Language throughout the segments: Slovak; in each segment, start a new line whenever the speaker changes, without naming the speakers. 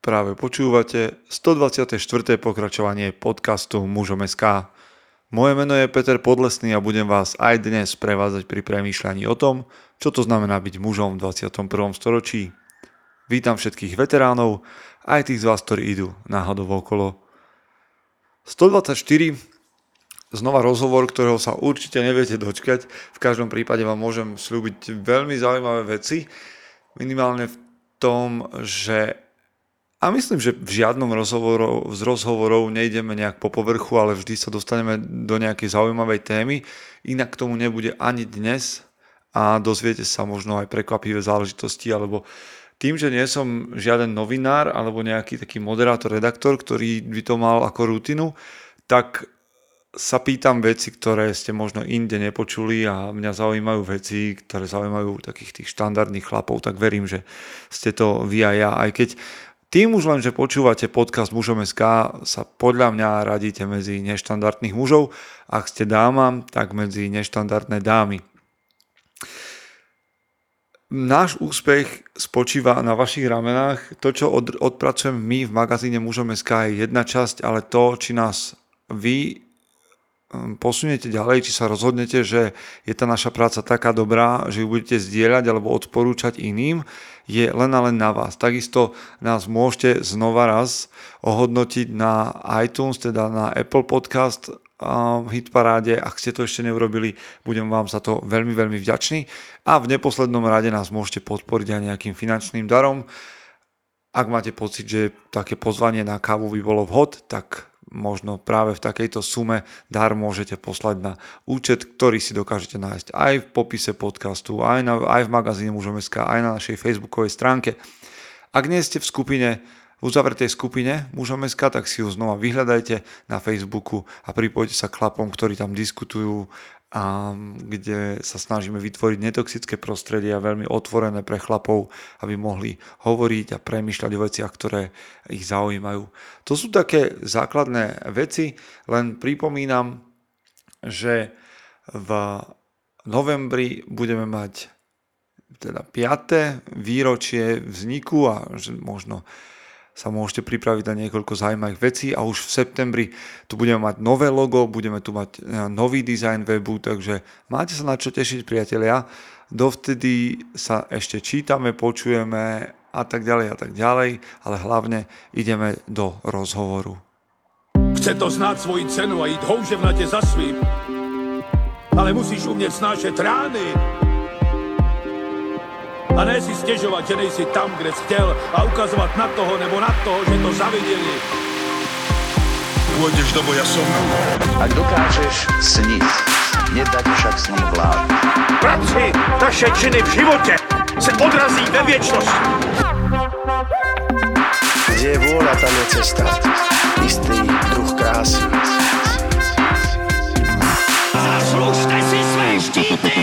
Práve počúvate 124. pokračovanie podcastu Mužom.sk. Moje meno je Peter Podlesný a budem vás aj dnes prevádzať pri premýšľaní o tom, čo to znamená byť mužom v 21. storočí. Vítam všetkých veteránov, aj tých z vás, ktorí idú náhodou okolo. 124. Znova rozhovor, ktorého sa určite neviete dočkať. V každom prípade vám môžem sľúbiť veľmi zaujímavé veci. Minimálne v tom, že a myslím, že v žiadnom z rozhovorov nejdeme nejak po povrchu, ale vždy sa dostaneme do nejakej zaujímavej témy. Inak k tomu nebude ani dnes a dozviete sa možno aj prekvapivé záležitosti, alebo tým, že nie som žiaden novinár alebo nejaký taký moderátor, redaktor, ktorý by to mal ako rutinu, tak sa pýtam veci, ktoré ste možno inde nepočuli a mňa zaujímajú veci, ktoré zaujímajú takých tých štandardných chlapov, tak verím, že ste to vy a ja, aj keď tým už len, že počúvate podcast Mužom.sk, sa podľa mňa radíte medzi neštandardných mužov. Ak ste dáma, tak medzi neštandardné dámy. Náš úspech spočíva na vašich ramenách. To, čo odpracujem my v magazíne Mužom.sk, je jedna časť, ale to, či nás vy posuniete ďalej, či sa rozhodnete, že je tá naša práca taká dobrá, že ju budete zdieľať alebo odporúčať iným, je len a len na vás. Takisto nás môžete znova raz ohodnotiť na iTunes, teda na Apple Podcast hitparáde. Ak ste to ešte neurobili, budem vám za to veľmi, veľmi vďačný. A v neposlednom rade nás môžete podporiť aj nejakým finančným darom. Ak máte pocit, že také pozvanie na kávu by bolo vhod, tak možno práve v takejto sume dar môžete poslať na účet, ktorý si dokážete nájsť aj v popise podcastu, aj v magazíne Mužom.sk, aj na našej facebookovej stránke. Ak nie ste v uzavretej skupine Mužom.sk, tak si ju znova vyhľadajte na Facebooku a pripojte sa k chlapom, ktorí tam diskutujú a kde sa snažíme vytvoriť netoxické prostredie a veľmi otvorené pre chlapov, aby mohli hovoriť a premýšľať o veciach, ktoré ich zaujímajú. To sú také základné veci, len pripomínam, že v novembri budeme mať teda 5. výročie vzniku a že možno sa môžete pripraviť na niekoľko zaujímavých vecí a už v septembri tu budeme mať nové logo, budeme tu mať nový dizajn webu, takže máte sa na čo tešiť, priatelia. Dovtedy sa ešte čítame, počujeme a tak ďalej, ale hlavne ideme do rozhovoru.
Chce to znáť svoji cenu a ísť houževnate za svým, ale musíš umieť snášať rány. A ne si stěžovat, že nejsi tam, kde jsi chtěl a ukazovat na toho nebo na toho, že to zaviděli. Pôjdeš do boja som.
Ak dokážeš sniť, nedať však sním vlád.
Práci, taše činy v životě se odrazí ve věčnosti.
Kde je vôľa, tam je cesta. Istý druh krásy.
Zaslužte si své štíty!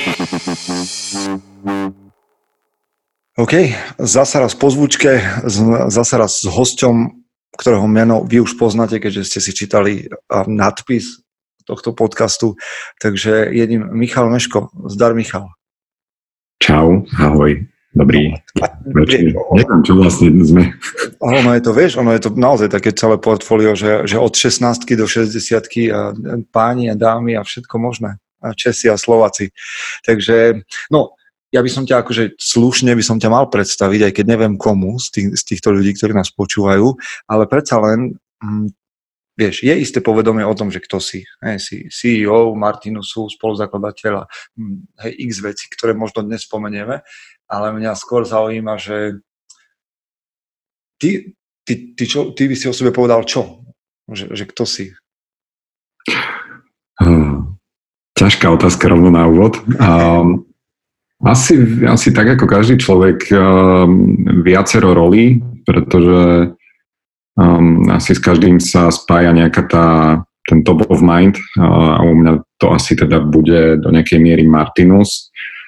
OK, zasa raz po zvučke, zasa raz s hosťom, ktorého meno vy už poznáte, keďže ste si čítali nadpis tohto podcastu. Takže jedním Michal Meško. Zdar, Michal.
Čau, ahoj, dobrý večer. Neviem, čo vlastne sme.
Ono je to naozaj také celé portfólio, že od 16 do 60 a páni a dámy a všetko možné. A Česi a Slováci. Takže, ja by som ťa akože slušne by som ťa mal predstaviť, aj keď neviem komu z týchto ľudí, ktorí nás počúvajú, ale predsa len, vieš, je isté povedomie o tom, že kto si. Si CEO Martinusu, spoluzakladateľ a x veci, ktoré možno dnes spomenieme, ale mňa skôr zaujíma, že ty by si o sebe povedal čo? Že kto si?
Ťažká otázka rovno na úvod. Asi tak ako každý človek viacero rolí, pretože asi s každým sa spája nejaká ten top of mind a u mňa to asi teda bude do nejakej miery Martinus.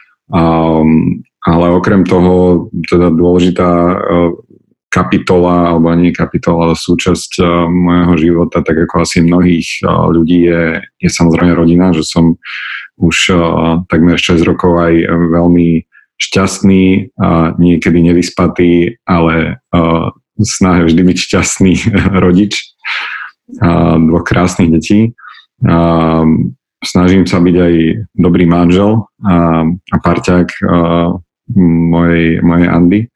Ale okrem toho teda dôležitá kapitola, alebo nie kapitola, ale súčasť môjho života, tak ako asi mnohých ľudí je samozrejme rodina, že som už takmer 6 rokov aj veľmi šťastný, niekedy nevyspatý, ale snahe vždy byť šťastný rodič dvoch krásnych detí. Snažím sa byť aj dobrý manžel a parťák mojej Andy.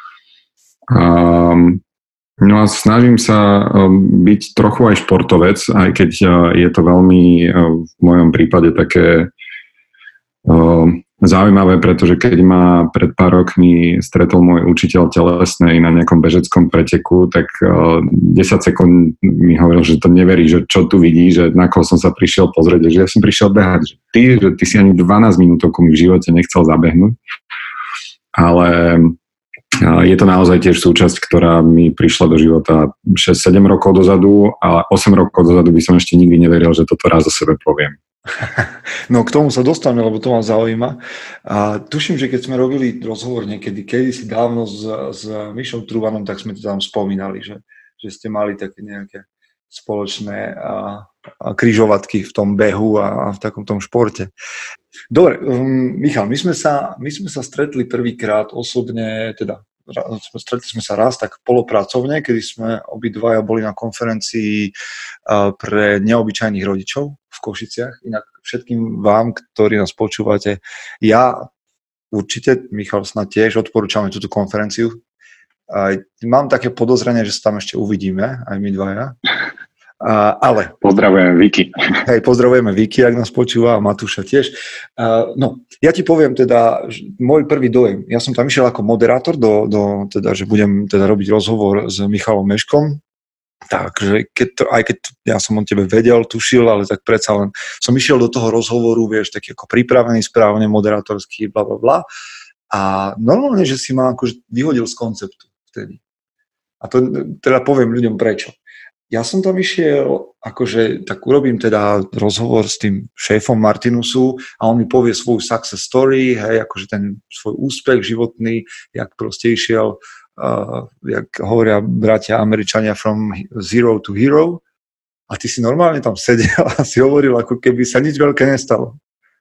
No a snažím sa byť trochu aj športovec, aj keď je to veľmi v mojom prípade také zaujímavé, pretože keď ma pred pár rokmi stretol môj učiteľ telesnej na nejakom bežeckom preteku, tak 10 sekúnd mi hovoril, že to neverí, že čo tu vidí, že na koho som sa prišiel pozrieť, že ja som prišiel behať, že ty si ani 12 minútovku mi v živote nechcel zabehnúť. Ale je to naozaj tiež súčasť, ktorá mi prišla do života 6-7 rokov dozadu a 8 rokov dozadu by som ešte nikdy neveril, že toto raz o sebe poviem.
No k tomu sa dostaneme, lebo to ma zaujíma. A tuším, že keď sme robili rozhovor niekedy, kedysi dávno s Mišom Trubanom, tak sme to tam spomínali, že ste mali také nejaké spoločné križovatky v tom behu a v takom tom športe. Dobre, Michal, my sme sa stretli prvýkrát osobne, teda stretli sme sa raz tak polopracovne, kedy sme obidvaja boli na konferencii pre neobyčajných rodičov v Košiciach. Inak všetkým vám, ktorí nás počúvate, ja určite, Michal snad tiež odporúčame túto konferenciu. Mám také podozrenie, že sa tam ešte uvidíme, aj my dvaja. Ale
pozdravujeme Viki.
Hej, pozdravujeme Viki, ak nás počúva, a Matúša tiež. No, ja ti poviem teda môj prvý dojem. Ja som tam išiel ako moderátor, teda, že budem teda robiť rozhovor s Michalom Meškom. Takže aj keď ja som o tebe vedel, tušil, ale tak predsa len som išiel do toho rozhovoru, vieš, taký ako pripravený správne, moderátorský, blablabla. A normálne, že si ma akože vyhodil z konceptu vtedy. A to teda poviem ľuďom prečo. Ja som tam išiel, akože tak urobím teda rozhovor s tým šéfom Martinusu a on mi povie svoju success story, hej, akože ten svoj úspech životný, jak proste išiel, jak hovoria bratia Američania, from zero to hero. A ty si normálne tam sedel a si hovoril, ako keby sa nič veľké nestalo.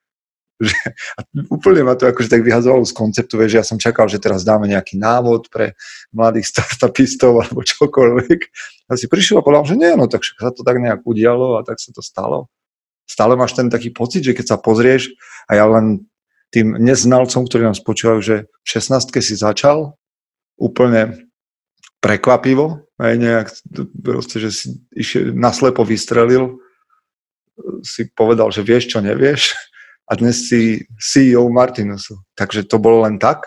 A úplne ma to akože tak vyhadzovalo z konceptu, že ja som čakal, že teraz dáme nejaký návod pre mladých startupistov alebo čokoľvek. A si prišiel a povedal, že nie, no tak sa to tak nejak udialo a tak sa to stalo. Stále máš ten taký pocit, že keď sa pozrieš a ja len tým neznalcom, ktorí nás počúvajú, že v 16-ke si začal úplne prekvapivo, aj nejak proste, že si naslepo vystrelil, si povedal, že vieš, čo nevieš. A dnes si CEO Martinusu. Takže to bolo len tak?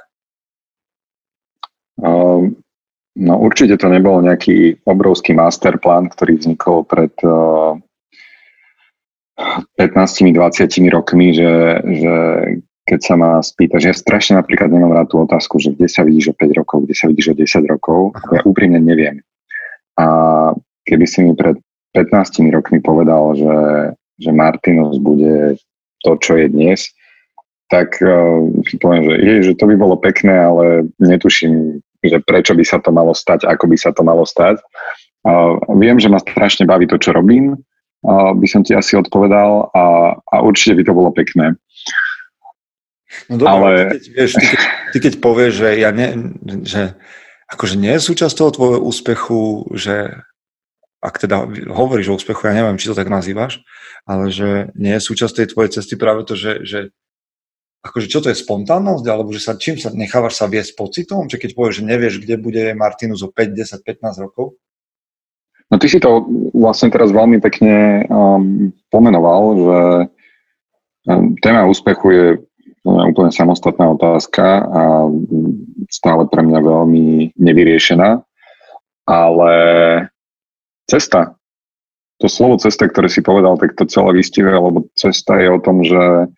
No určite to nebol nejaký obrovský masterplán, ktorý vznikol pred 15-20 rokmi, že keď sa ma spýta, že ja strašne napríklad nemám rád tú otázku, že kde sa vidíš o 5 rokov, kde sa vidíš o 10 rokov, ja úprimne neviem. A keby si mi pred 15 rokmi povedal, že Martinus bude to, čo je dnes, tak poviem, že to by bolo pekné, ale netuším, že prečo by sa to malo stať, ako by sa to malo stať. Viem, že ma strašne baví to, čo robím, by som ti asi odpovedal a určite by to bolo pekné.
No dobré, ale ty keď povieš, že že akože nie je súčasť toho tvojho úspechu, že ak teda hovoríš o úspechu, ja neviem, či to tak nazývaš, ale že nie je súčasť tej tvojej cesty práve to, že akože čo to je spontánnosť, alebo že čím sa nechávaš sa viesť pocitom, že keď povieš, že nevieš, kde bude Martinus o 5, 10, 15 rokov?
No ty si to vlastne teraz veľmi pekne pomenoval, že téma úspechu je úplne samostatná otázka a stále pre mňa veľmi nevyriešená, ale cesta, to slovo cesta, ktoré si povedal, tak to celé vystihuje, lebo cesta je o tom, že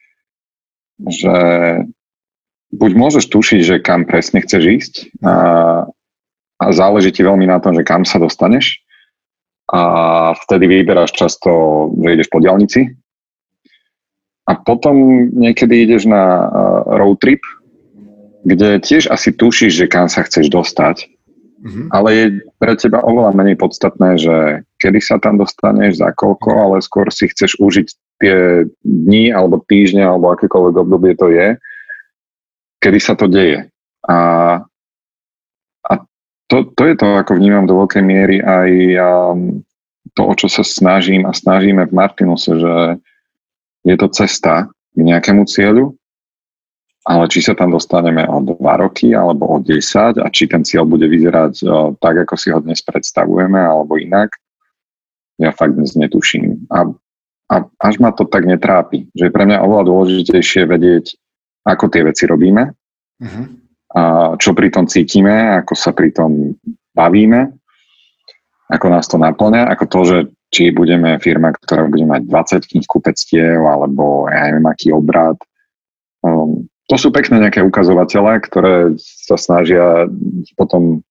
buď môžeš tušiť, že kam presne chceš ísť a záleží ti veľmi na tom, že kam sa dostaneš a vtedy vyberáš často, že ideš po diaľnici a potom niekedy ideš na road trip, kde tiež asi tušíš, že kam sa chceš dostať. Ale je pre teba oveľa menej podstatné, že kedy sa tam dostaneš, za koľko, ale skôr si chceš užiť tie dni, alebo týždne, alebo akékoľvek obdobie to je, kedy sa to deje. A to je to, ako vnímam do veľkej miery aj to, o čo sa snažíme v Martinuse, že je to cesta k nejakému cieľu, ale či sa tam dostaneme o 2 roky alebo o 10 a či ten cieľ bude vyzerať tak, ako si ho dnes predstavujeme, alebo inak, ja fakt dnes netuším. A až ma to tak netrápi, že je pre mňa oveľa dôležitejšie vedieť, ako tie veci robíme, a čo pri tom cítime, ako sa pri tom bavíme, ako nás to naplňa, ako to, že či budeme firma, ktorá bude mať 20 knihkupectiev, alebo ja neviem, aký obrad. To sú pekné nejaké ukazovatele, ktoré sa snažia potom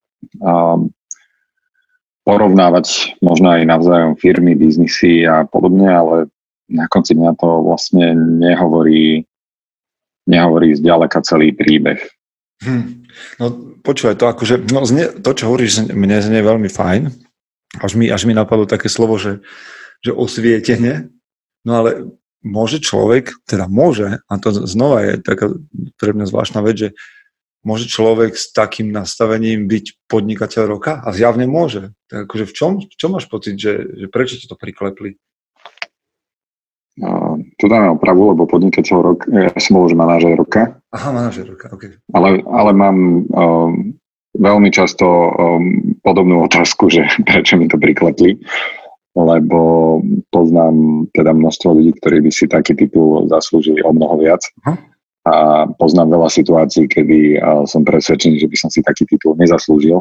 porovnávať možno aj navzájom firmy, biznisy a podobne, ale na konci dňa to vlastne nehovorí zďaleka celý príbeh.
No počúvaj, to akože, to, čo hovoríš, mne znie veľmi fajn. Až mi napadlo také slovo, že osvietenie. No ale môže človek, teda môže, a to znova je taká pre mňa zvláštna vec, že môže človek s takým nastavením byť podnikateľ roka? A zjavne môže. Tak akože v čom máš pocit, že prečo ti to priklepli?
Tu dáme opravu, lebo podnikateľ roka, ja som bol už manažér roka.
Aha, manažér roka, ok.
Ale mám veľmi často podobnú otázku, že prečo mi to priklepli, lebo poznám teda množstvo ľudí, ktorí by si taký titul zaslúžili o mnoho viac. A poznám veľa situácií, kedy som presvedčený, že by som si taký titul nezaslúžil.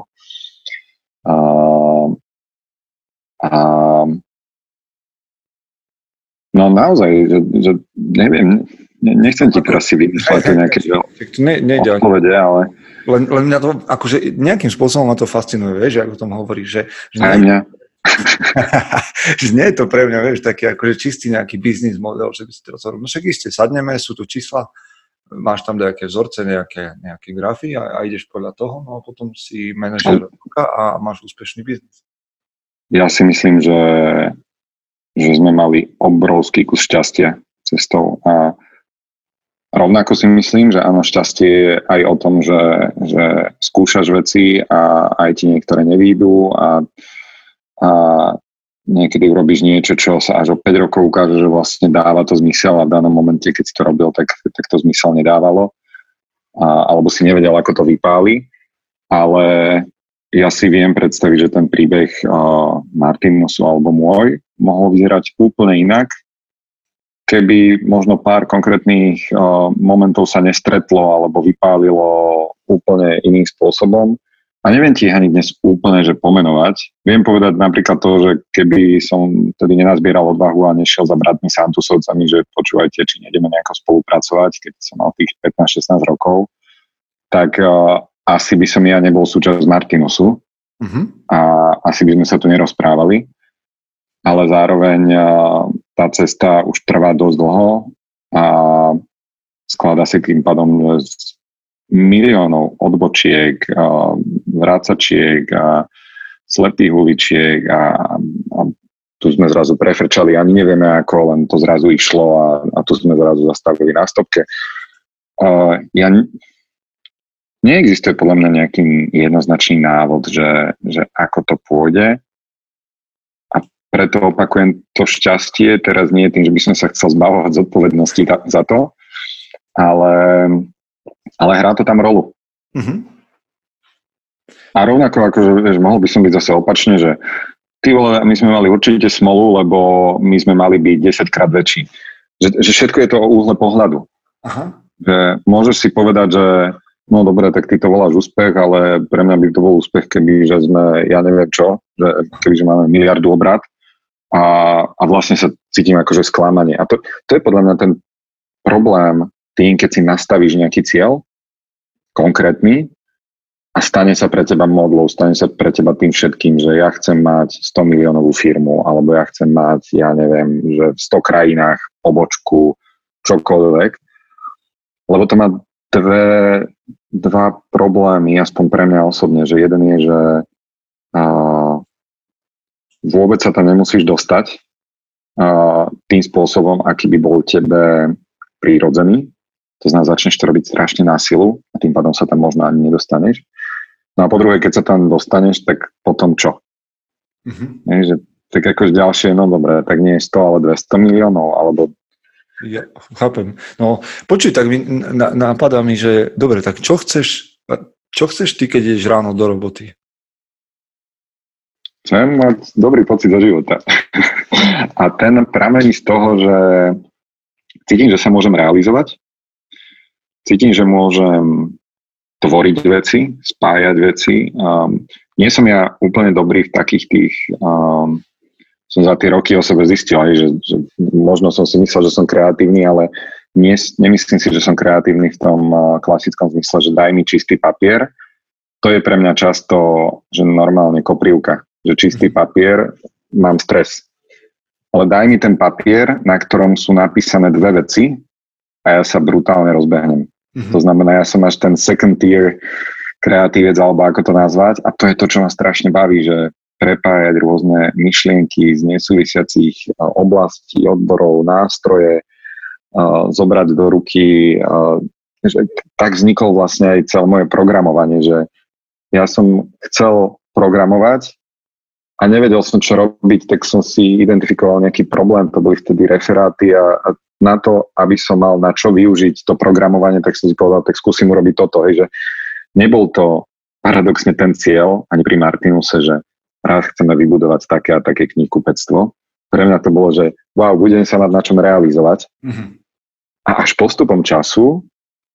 No naozaj, že neviem, nechcem ti teraz si vymýšľať nejaké odpovede, ale...
Len mňa to, akože nejakým spôsobom ma to fascinuje, vieš, ako o tom hovoríš, že
aj mňa.
Že nie je to pre mňa, vieš, taký akože čistý nejaký biznis model, že by si teraz hovoril, no však iste, sadneme, sú tu čísla, máš tam nejaké vzorce, nejaké grafy a ideš podľa toho, no a potom si manažer roka a máš úspešný biznis.
Ja si myslím, že sme mali obrovský kus šťastia cestou a rovnako si myslím, že áno, šťastie je aj o tom, že skúšaš veci a aj ti niektoré nevídu a niekedy urobíš niečo, čo sa až o 5 rokov ukáže, že vlastne dáva to zmysel a v danom momente, keď si to robil, tak to zmysel nedávalo alebo si nevedel, ako to vypáli, ale ja si viem predstaviť, že ten príbeh Martinusu alebo môj mohol vyzerať úplne inak, keby možno pár konkrétnych momentov sa nestretlo alebo vypálilo úplne iným spôsobom. A neviem ti ani dnes úplne, že pomenovať. Viem povedať napríklad to, že keby som tedy nenazbieral odvahu a nešiel za bratmi Santusovcami, že počúvajte, či nejdeme nejako spolupracovať, keď som mal tých 15-16 rokov, tak asi by som ja nebol súčasť Martinusu a asi by sme sa tu nerozprávali. Ale zároveň tá cesta už trvá dosť dlho a skladá sa tým pádom z miliónov odbočiek, vrácačiek a slepých uličiek a tu sme zrazu prefrčali, ani nevieme ako, len to zrazu išlo a tu sme zrazu zastavili na stopke. Neexistuje podľa mňa nejaký jednoznačný návod, že ako to pôjde. Preto opakujem, to šťastie teraz nie je tým, že by som sa chcel zbavovať zodpovednosti za to, ale hrá to tam rolu. A rovnako, akože, vieš, mohol by som byť zase opačne, že ty vole, my sme mali určite smolu, lebo my sme mali byť 10-krát väčší. Že všetko je to o úhle pohľadu. Že môžeš si povedať, že no dobre, tak ty to voláš úspech, ale pre mňa by to bol úspech, keby, že sme, ja neviem čo, že kebyže máme miliardu obrat, a vlastne sa cítim akože sklamanie. A to je podľa mňa ten problém tým, keď si nastavíš nejaký cieľ konkrétny a stane sa pre teba modlou, stane sa pre teba tým všetkým, že ja chcem mať 100 miliónovú firmu, alebo ja chcem mať, ja neviem, že v 100 krajinách pobočku, čokoľvek. Lebo to má dva problémy, aspoň pre mňa osobne, že jeden je, že vôbec sa tam nemusíš dostať tým spôsobom, aký by bol tebe prírodzený. To znamená, začneš to robiť strašne na silu a tým pádom sa tam možno ani nedostaneš. No a po druhé, keď sa tam dostaneš, tak potom čo? Že, tak akože ďalšie, no dobre, tak nie je 100, ale 200 miliónov, alebo...
Ja chápem. No, počuj, tak napadá mi, že dobre, tak čo chceš ty, keď ideš ráno do roboty?
Chcem mať dobrý pocit do života. A ten pramení z toho, že cítim, že sa môžem realizovať, cítim, že môžem tvoriť veci, spájať veci. Nie som ja úplne dobrý v takých tých... som za tie roky o sebe zistil, že možno som si myslel, že som kreatívny, ale nemyslím si, že som kreatívny v tom klasickom zmysle, že daj mi čistý papier. To je pre mňa často, že normálne koprivka, že čistý papier, mám stres. Ale daj mi ten papier, na ktorom sú napísané dve veci a ja sa brutálne rozbehnem. To znamená, ja som až ten second tier kreatívec, alebo ako to nazvať, a to je to, čo ma strašne baví, že prepájať rôzne myšlienky z nesúvisiacich oblastí, odborov, nástroje, zobrať do ruky. Že tak vzniklo vlastne aj celé moje programovanie, že ja som chcel programovať a nevedel som, čo robiť, tak som si identifikoval nejaký problém, to boli vtedy referáty a na to, aby som mal na čo využiť to programovanie, tak som si povedal, tak skúsim urobiť toto. Že nebol to paradoxne ten cieľ, ani pri Martinuse, že raz chceme vybudovať také a také knihkupectvo. Pre mňa to bolo, že wow, budem sa mať na čom realizovať. A až postupom času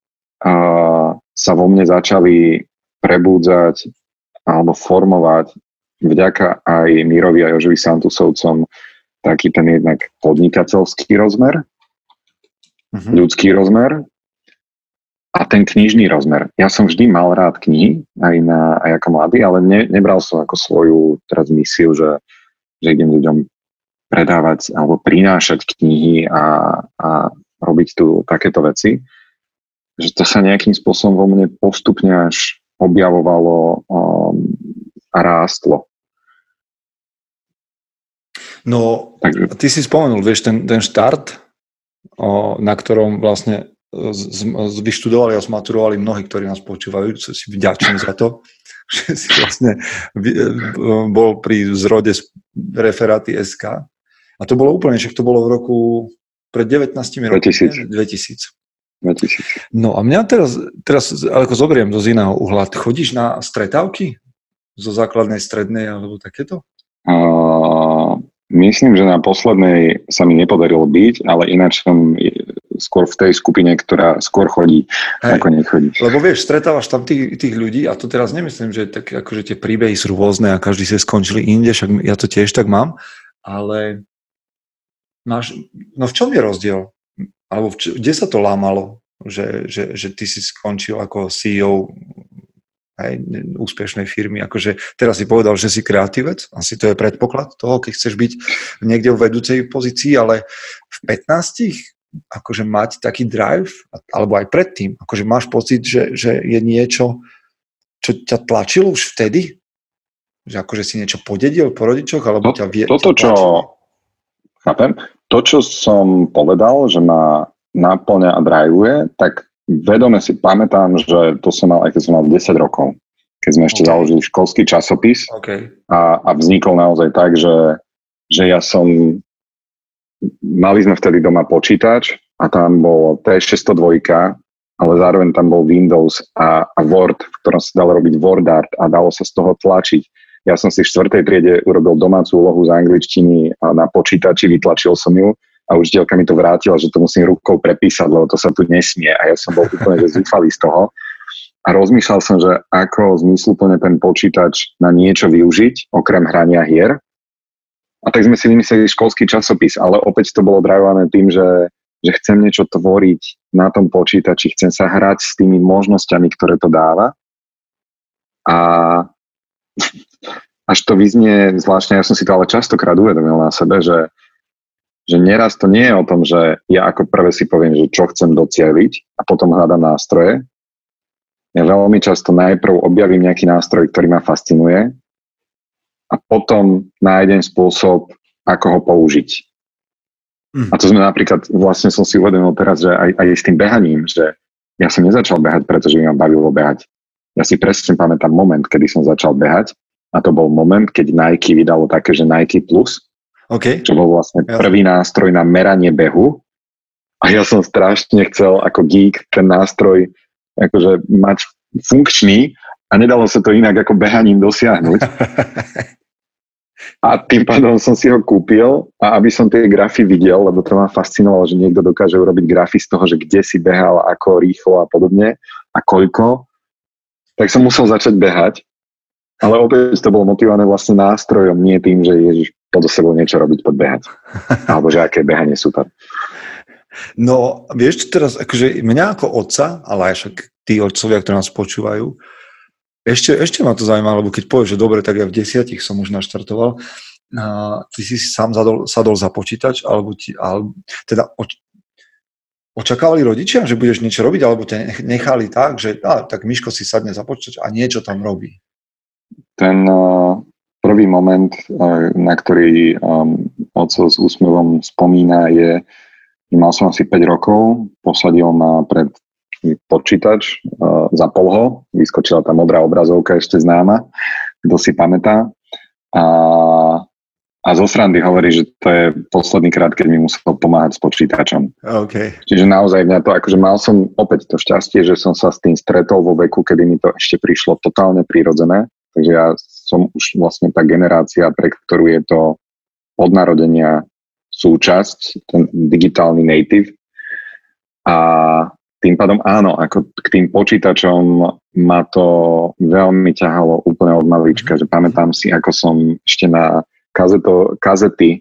sa vo mne začali prebúdzať alebo formovať vďaka aj Mirovi a Jožovi Santusovcom taký ten jednak podnikateľský rozmer, ľudský rozmer a ten knižný rozmer. Ja som vždy mal rád knihy, aj ako mladý, ale nebral som ako svoju teraz misiu, že idem ľuďom predávať alebo prinášať knihy a robiť tu takéto veci. Že to sa nejakým spôsobom vo mne postupne až objavovalo a rástlo.
No, ty si spomenul, vieš, ten štart, na ktorom vlastne vyštudovali a smaturovali mnohí, ktorí nás počúvajú, čo si vďačím za to, že si vlastne bol pri zrode referáty SK. A to bolo úplne, však to bolo v roku pred 19 rokmi. 2000. No a mňa teraz ako zoberiem do iného uhla. Chodíš na stretávky? Zo základnej, strednej alebo takéto?
Myslím, že na poslednej sa mi nepodarilo byť, ale ináč som skôr v tej skupine, ktorá skôr chodí, ako nechodí.
Lebo vieš, stretávaš tam tých ľudí a to teraz nemyslím, že tak, akože tie príbehy sú rôzne a každý sa skončili inde, však ja to tiež tak mám, ale no v čom je rozdiel? Alebo kde sa to lámalo, že ty si skončil ako CEO aj úspešnej firmy. Akože teraz si povedal, že si kreatívec, asi to je predpoklad toho, keď chceš byť niekde v vedúcej pozícii, ale v 15 akože mať taký drive, alebo aj predtým, akože máš pocit, že je niečo, čo ťa tlačilo už vtedy? Že akože si niečo podedil po rodičoch, alebo ťa
chápem, to, čo som povedal, že ma náplňa a driveuje, tak vedome si pamätám, že to som mal, aj keď som mal 10 rokov, keď sme ešte založili školský časopis a vznikol naozaj tak, že ja som, mali sme vtedy doma počítač a tam bol T602, ale zároveň tam bol Windows a Word, v ktorom sa dalo robiť word art a dalo sa z toho tlačiť. Ja som si v 4. triede urobil domácu úlohu z angličtiny na počítači, vytlačil som ju a učiteľka mi to vrátila, že to musím rukou prepísať, lebo to sa tu nesmie. A ja som bol úplne zúfalý z toho. A rozmýšľal som, že ako zmysluplne ten počítač na niečo využiť, okrem hrania hier. A tak sme si vymysleli školský časopis, ale opäť to bolo drivované tým, že chcem niečo tvoriť na tom počítači, chcem sa hrať s tými možnosťami, ktoré to dáva. A až to vyznie zvláštne, ja som si to ale častokrát uvedomil na sebe, že neraz to nie je o tom, že ja ako prvé si poviem, že čo chcem docieliť a potom hľadám nástroje. Ja veľmi často najprv objavím nejaký nástroj, ktorý ma fascinuje a potom nájdem spôsob, ako ho použiť. A to sme napríklad, vlastne som si uvedomil teraz, že aj s tým behaním, že ja som nezačal behať, pretože mi ma bavilo behať. Ja si presne pamätám moment, kedy som začal behať a to bol moment, keď Nike vydalo také, že Nike Plus,
OK.
čo bol vlastne prvý nástroj na meranie behu a ja som strašne chcel ako geek ten nástroj akože mať funkčný a nedalo sa to inak ako behaním dosiahnuť. A tým pádom som si ho kúpil a aby som tie grafy videl, lebo to ma fascinovalo, že niekto dokáže urobiť grafy z toho, že kde si behal, ako rýchlo a podobne a koľko, tak som musel začať behať. Ale opäť to bolo motivované vlastne nástrojom, nie tým, že Ježiš, poď so sebou niečo robiť, poď behať. Alebo že aké behanie super.
No, vieš, teraz akože mňa ako otca, ale aj však tí otcovia, ktorí nás počúvajú, ešte ma to zaujíma, lebo keď povieš, že dobre, tak ja v 10 som už naštartoval, ty si sám sadol za počítač, alebo teda očakávali rodičia, že budeš niečo robiť, alebo ťa nechali tak, že tak Miško si sadne za počítač a niečo tam robí.
Ten prvý moment, na ktorý otco s úsmevom spomína, je, že mal som asi 5 rokov, posadil ma pred počítač, zapol ho, vyskočila tá modrá obrazovka ešte známa, kto si pamätá. A zo srandy hovorí, že to je posledný krát, keď mi musel pomáhať s počítačom.
Okay.
Čiže naozaj mňa to, akože mal som opäť to šťastie, že som sa s tým stretol vo veku, kedy mi to ešte prišlo totálne prirodzené. Takže ja som už vlastne tá generácia, pre ktorú je to od narodenia súčasť, ten digitálny native. A tým pádom áno, ako k tým počítačom ma to veľmi ťahalo úplne od malička, že pamätám si, ako som ešte na kazety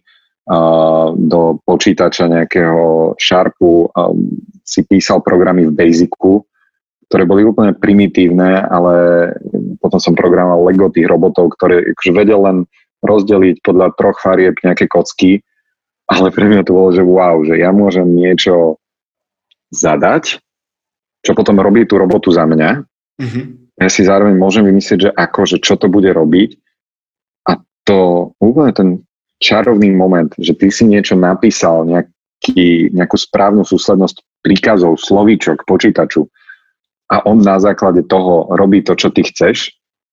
do počítača nejakého Sharpu si písal programy v Basicu, ktoré boli úplne primitívne, ale potom som programoval Lego tých robotov, ktoré akože vedel len rozdeliť podľa 3 farieb nejaké kocky, ale pre mňa to bolo, že wow, že ja môžem niečo zadať, čo potom robí tú robotu za mňa. Mm-hmm. Ja si zároveň môžem vymyslieť, že akože čo to bude robiť. A to úplne ten čarovný moment, že ty si niečo napísal, nejakú správnu súslednosť príkazov, slovíčok, počítaču a on na základe toho robí to, čo ty chceš,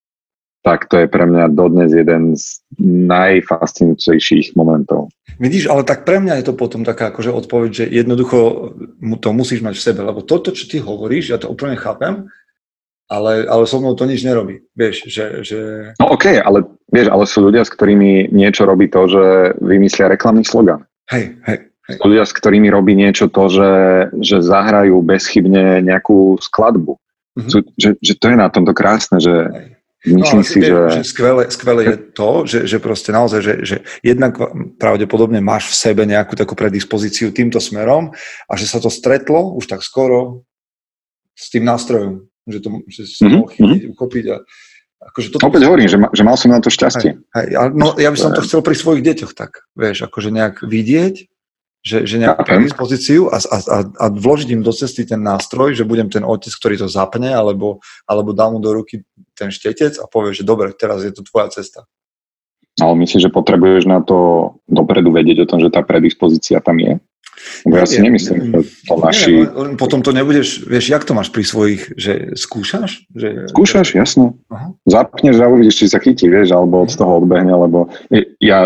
tak to je pre mňa dodnes jeden z najfascinujúcejších momentov.
Vidíš, ale tak pre mňa je to potom taká akože odpoveď, že jednoducho to musíš mať v sebe, lebo toto, čo ty hovoríš, ja to úplne chápem, ale so mnou to nič nerobí. Vieš, že... No
okej, ale vieš, ale sú ľudia, s ktorými niečo robí to, že vymyslia reklamný slogan.
Hej.
Sú ľudia, s ktorými robí niečo to, že zahrajú bezchybne nejakú skladbu. Mm-hmm. Že to je na tomto krásne, že myslím si, že
skvelé je to, že proste naozaj, že jednak pravdepodobne máš v sebe nejakú takú predispozíciu týmto smerom a že sa to stretlo už tak skoro s tým nástrojom, že sa mohol chytiť, uchopiť a akože toto...
Opäť hovorím, že mal som na to šťastie.
No ja by som to chcel pri svojich deťoch tak, vieš, akože nejak vidieť, že nejakú predispozíciu a vložiť im do cesty ten nástroj, že budem ten otec, ktorý to zapne, alebo dá mu do ruky ten štetec a povie, že dobre, teraz je to tvoja cesta.
Ale myslíš, že potrebuješ na to dopredu vedieť o tom, že tá predispozícia tam je? Lebo ja si nemyslím, že to naši...
Potom to nebudeš, vieš, jak to máš pri svojich, že skúšaš?
Skúšaš, jasno. Aha. Zapneš a uvidíš, či sa chytí, vieš, alebo od toho odbehne, lebo ja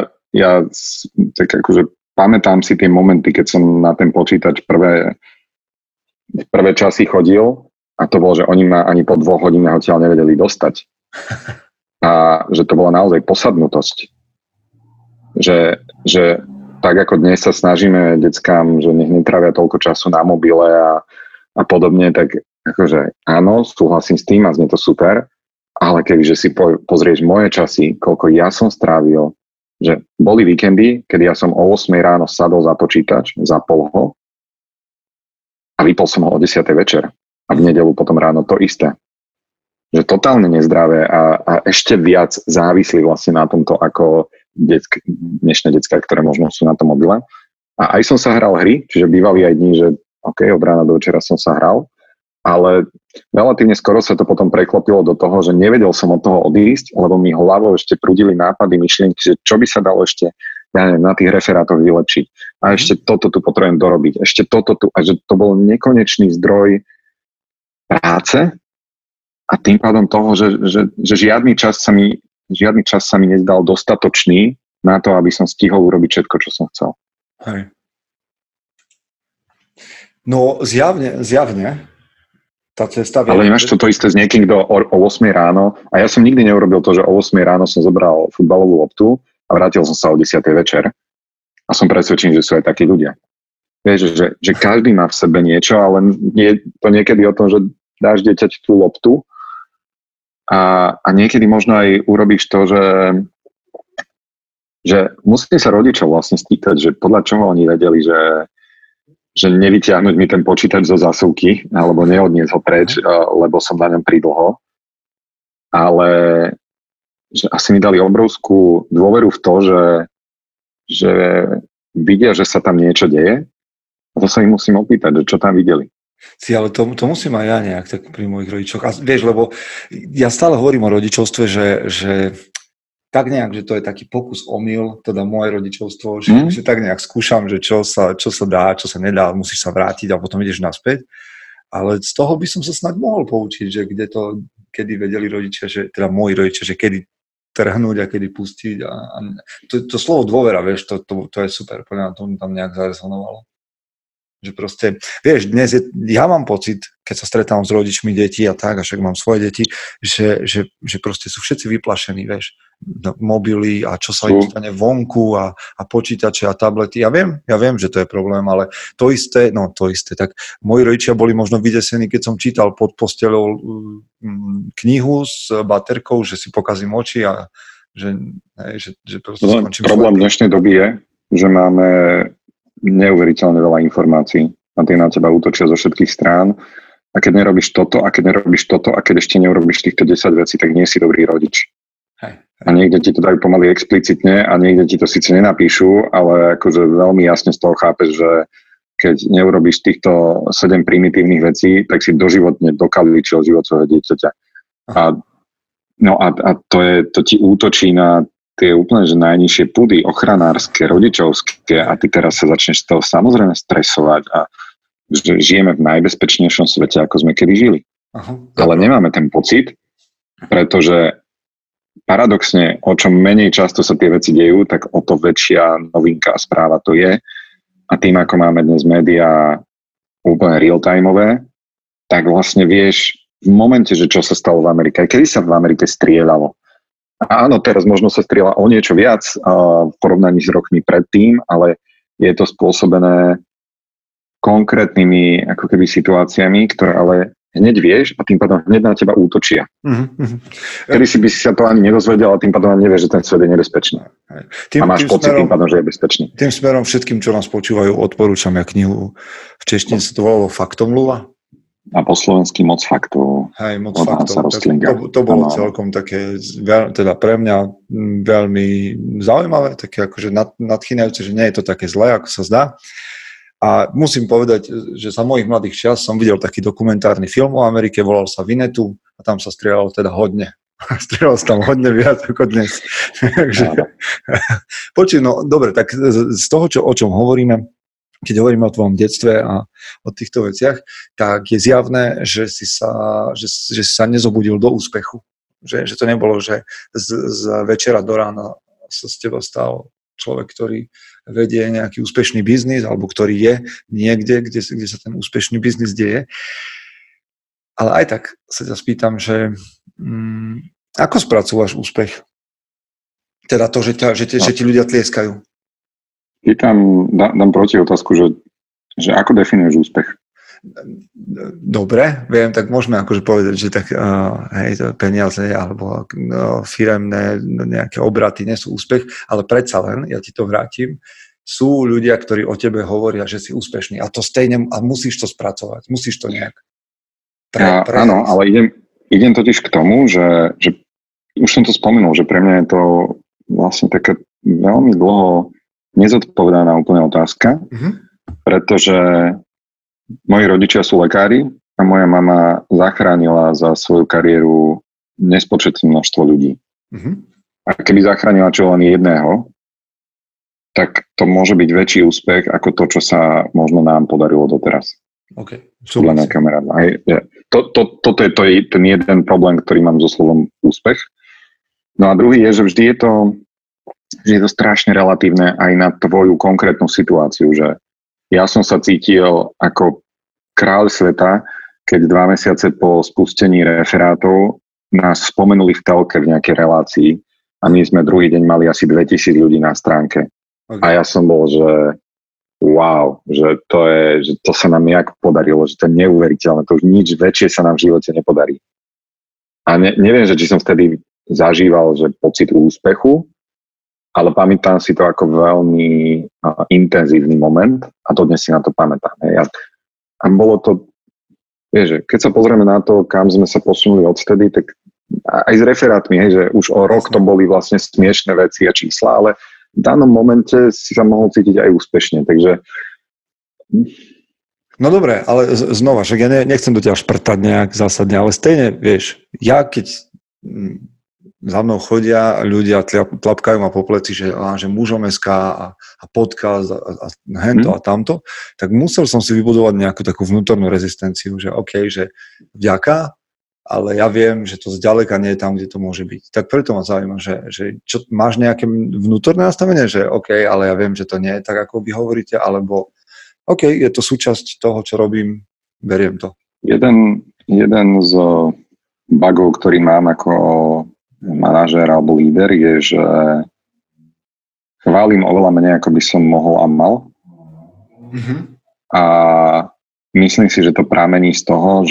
tak akože pamätám si tie momenty, keď som na ten počítač prvé časy chodil a to bolo, že oni ma ani po 2 hodinách odtiaľ nevedeli dostať. A že to bola naozaj posadnutosť. Že tak ako dnes sa snažíme deckám, že nech netravia toľko času na mobile a podobne, tak akože áno, súhlasím s tým a znie to super, ale kebyže si pozrieš moje časy, koľko ja som strávil, že boli víkendy, kedy ja som o 8 ráno sadol za počítač, zapol ho a vypol som ho o 10 večer a v nedeľu potom ráno to isté. Že totálne nezdravé a ešte viac závislí vlastne na tomto ako dnešné decká, ktoré možno sú na tom mobile. A aj som sa hral hry, čiže bývali aj dní, že od rána do večera som sa hral, ale relatívne skoro sa to potom preklopilo do toho, že nevedel som od toho odísť, lebo mi hlavou ešte prúdili nápady, myšlienky, že čo by sa dalo ešte, ja neviem, na tých referátoch vylepšiť. A ešte toto tu potrebujem dorobiť, ešte toto tu. A že to bol nekonečný zdroj práce a tým pádom toho, že žiadny čas sa mi nezdal dostatočný na to, aby som stihol urobiť všetko, čo som chcel.
Hej. No zjavne tá cesta...
Ale nemáš to isté s niekým, kto o 8 ráno, a ja som nikdy neurobil to, že o 8 ráno som zobral futbalovú loptu a vrátil som sa o 10 večer a som presvedčený, že sú aj takí ľudia. Vieš, že každý má v sebe niečo, ale je to niekedy o tom, že dáš dieťaťu tú loptu a niekedy možno aj urobíš to, že musí sa rodičov vlastne spýtať, že podľa čoho oni vedeli, že nevytiahnuť mi ten počítač zo zásuvky, alebo neodniesť ho preč, lebo som na ňom pridlho. Ale že asi mi dali obrovskú dôveru v to, že vidia, že sa tam niečo deje. A to sa im musím opýtať, že čo tam videli.
Ale to musím aj ja nejak tak pri mojich rodičoch. A vieš, lebo ja stále hovorím o rodičovstve, že tak nejak, že to je taký pokus omyl, teda moje rodičovstvo, že tak nejak skúšam, že čo sa dá, čo sa nedá, musíš sa vrátiť a potom ideš naspäť. Ale z toho by som sa snad mohol poučiť, že kedy vedeli rodičia, že teda moji rodičia, že kedy trhnúť a kedy pustiť. A to slovo dôvera, vieš, to je super, podľa mňa to tam nejak zarezonovalo. Že proste, vieš, dnes ja mám pocit, keď sa stretávam s rodičmi detí a tak, a však mám svoje deti, že proste sú všetci vyplašení, vieš, mobily a čo sa im stane vonku a počítače a tablety. Ja viem, že to je problém, ale to isté, tak moji rodičia boli možno vydesení, keď som čítal pod posteľou knihu s baterkou, že si pokazím oči a že proste skončím.
Problém dnešnej doby je, že máme neuveriteľne veľa informácií a tie na teba útočia zo všetkých strán a keď nerobíš toto a keď ešte neurobíš týchto 10 vecí, tak nie si dobrý rodič.
Hej.
A niekde ti to dajú pomaly explicitne a niekde ti to síce nenapíšu, ale akože veľmi jasne z toho chápeš, že keď neurobíš týchto 7 primitívnych vecí, tak si doživotne dokaličil život svojho dieťaťa. A to ti útočí na tie úplne, že najnižšie pudy, ochranárske, rodičovské a ty teraz sa začneš z toho samozrejme stresovať a že žijeme v najbezpečnejšom svete, ako sme kedy žili.
Aha.
Ale nemáme ten pocit, pretože paradoxne, o čom menej často sa tie veci dejú, tak o to väčšia novinka a správa to je. A tým, ako máme dnes médiá úplne real-timeové, tak vlastne vieš v momente, že čo sa stalo v Amerike. Kedy sa v Amerike strieľalo? Áno, teraz možno sa strieľa o niečo viac v porovnaní s rokmi predtým, ale je to spôsobené konkrétnymi ako keby situáciami, ktoré ale hneď vieš a tým pádom hneď na teba útočia. Kedy si by si sa to ani nedozvedel a tým pádom ani nevieš, že ten svet je nebezpečný. A máš pocit tým pádom, že je bezpečný.
Tým smerom všetkým, čo nás počúvajú, odporúčam ja knihu. V češtine sa to volalo Faktomluva.
A po slovensky Moc faktov.
Hej, Moc faktov. To bolo celkom také, teda pre mňa veľmi zaujímavé, také akože nadchýnajúce, že nie je to také zlé, ako sa zdá. A musím povedať, že za mojich mladých čas som videl taký dokumentárny film o Amerike, volal sa Winnetou a tam sa strieľalo teda hodne. Strieľalo sa tam hodne viac ako dnes. Počuj, no dobre, tak z toho, o čom hovoríme, keď hovoríme o tvojom detstve a o týchto veciach, tak je zjavné, že si sa nezobudil do úspechu. Že to nebolo, že z večera do rána sa z teba stal človek, ktorý vedie nejaký úspešný biznis, alebo ktorý je niekde, kde sa ten úspešný biznis deje. Ale aj tak sa ťa spýtam, že ako spracúvaš úspech? Teda to, že ti ľudia tlieskajú.
Dám proti otázku, že ako definuješ úspech?
Dobre, viem, tak môžeme akože povedať, že tak peniaze alebo firemné nejaké obraty nie sú úspech, ale predsa len, ja ti to vrátim, sú ľudia, ktorí o tebe hovoria, že si úspešný a to stejne, a musíš to spracovať, musíš to nejak
áno, ale idem totiž k tomu, že už som to spomenul, že pre mňa je to vlastne taká veľmi dlho nezodpovedaná úplne otázka, pretože moji rodičia sú lekári a moja mama zachránila za svoju kariéru nespočetné množstvo ľudí. A keby zachránila čo len jedného, tak to môže byť väčší úspech ako to, čo sa možno nám podarilo doteraz.
OK.
Podľa nejakého meradla. Toto je ten jeden problém, ktorý mám so slovom úspech. No a druhý je, že vždy je to strašne relatívne aj na tvoju konkrétnu situáciu, že ja som sa cítil ako kráľ sveta, keď 2 mesiace po spustení referátov nás spomenuli v telke v nejakej relácii a my sme druhý deň mali asi 2000 ľudí na stránke. Okay. A ja som bol, že wow, že to sa nám jak podarilo, že to je neuveriteľné, to už nič väčšie sa nám v živote nepodarí. A neviem, že či som vtedy zažíval, že pocit úspechu, ale pamätám si to ako veľmi intenzívny moment a dodnes si na to pamätám. A bolo to, vieš, keď sa pozrieme na to, kam sme sa posunuli odtedy, tak aj s referátmi, hej, že už o rok to boli vlastne smiešné veci a čísla, ale v danom momente si sa mohol cítiť aj úspešne, takže...
No dobre, ale znova, však ja nechcem do ťa šprtať nejak zásadne, ale stejne, vieš, ja keď za mnou chodia ľudia, tlapkajú ma po pleci, že mužom.sk a podcast a hento a tamto, tak musel som si vybudovať nejakú takú vnútornú rezistenciu, že OK, že vďaka, ale ja viem, že to zďaleka nie je tam, kde to môže byť. Tak preto ma zaujíma, že čo, máš nejaké vnútorné nastavenie, že OK, ale ja viem, že to nie je tak, ako vy hovoríte, alebo OK, je to súčasť toho, čo robím, beriem to.
Jeden z bugov, ktorý mám ako manažér alebo líder, je, že chválim oveľa menej, ako by som mohol a mal. Mm-hmm. A myslím si, že to pramení z toho,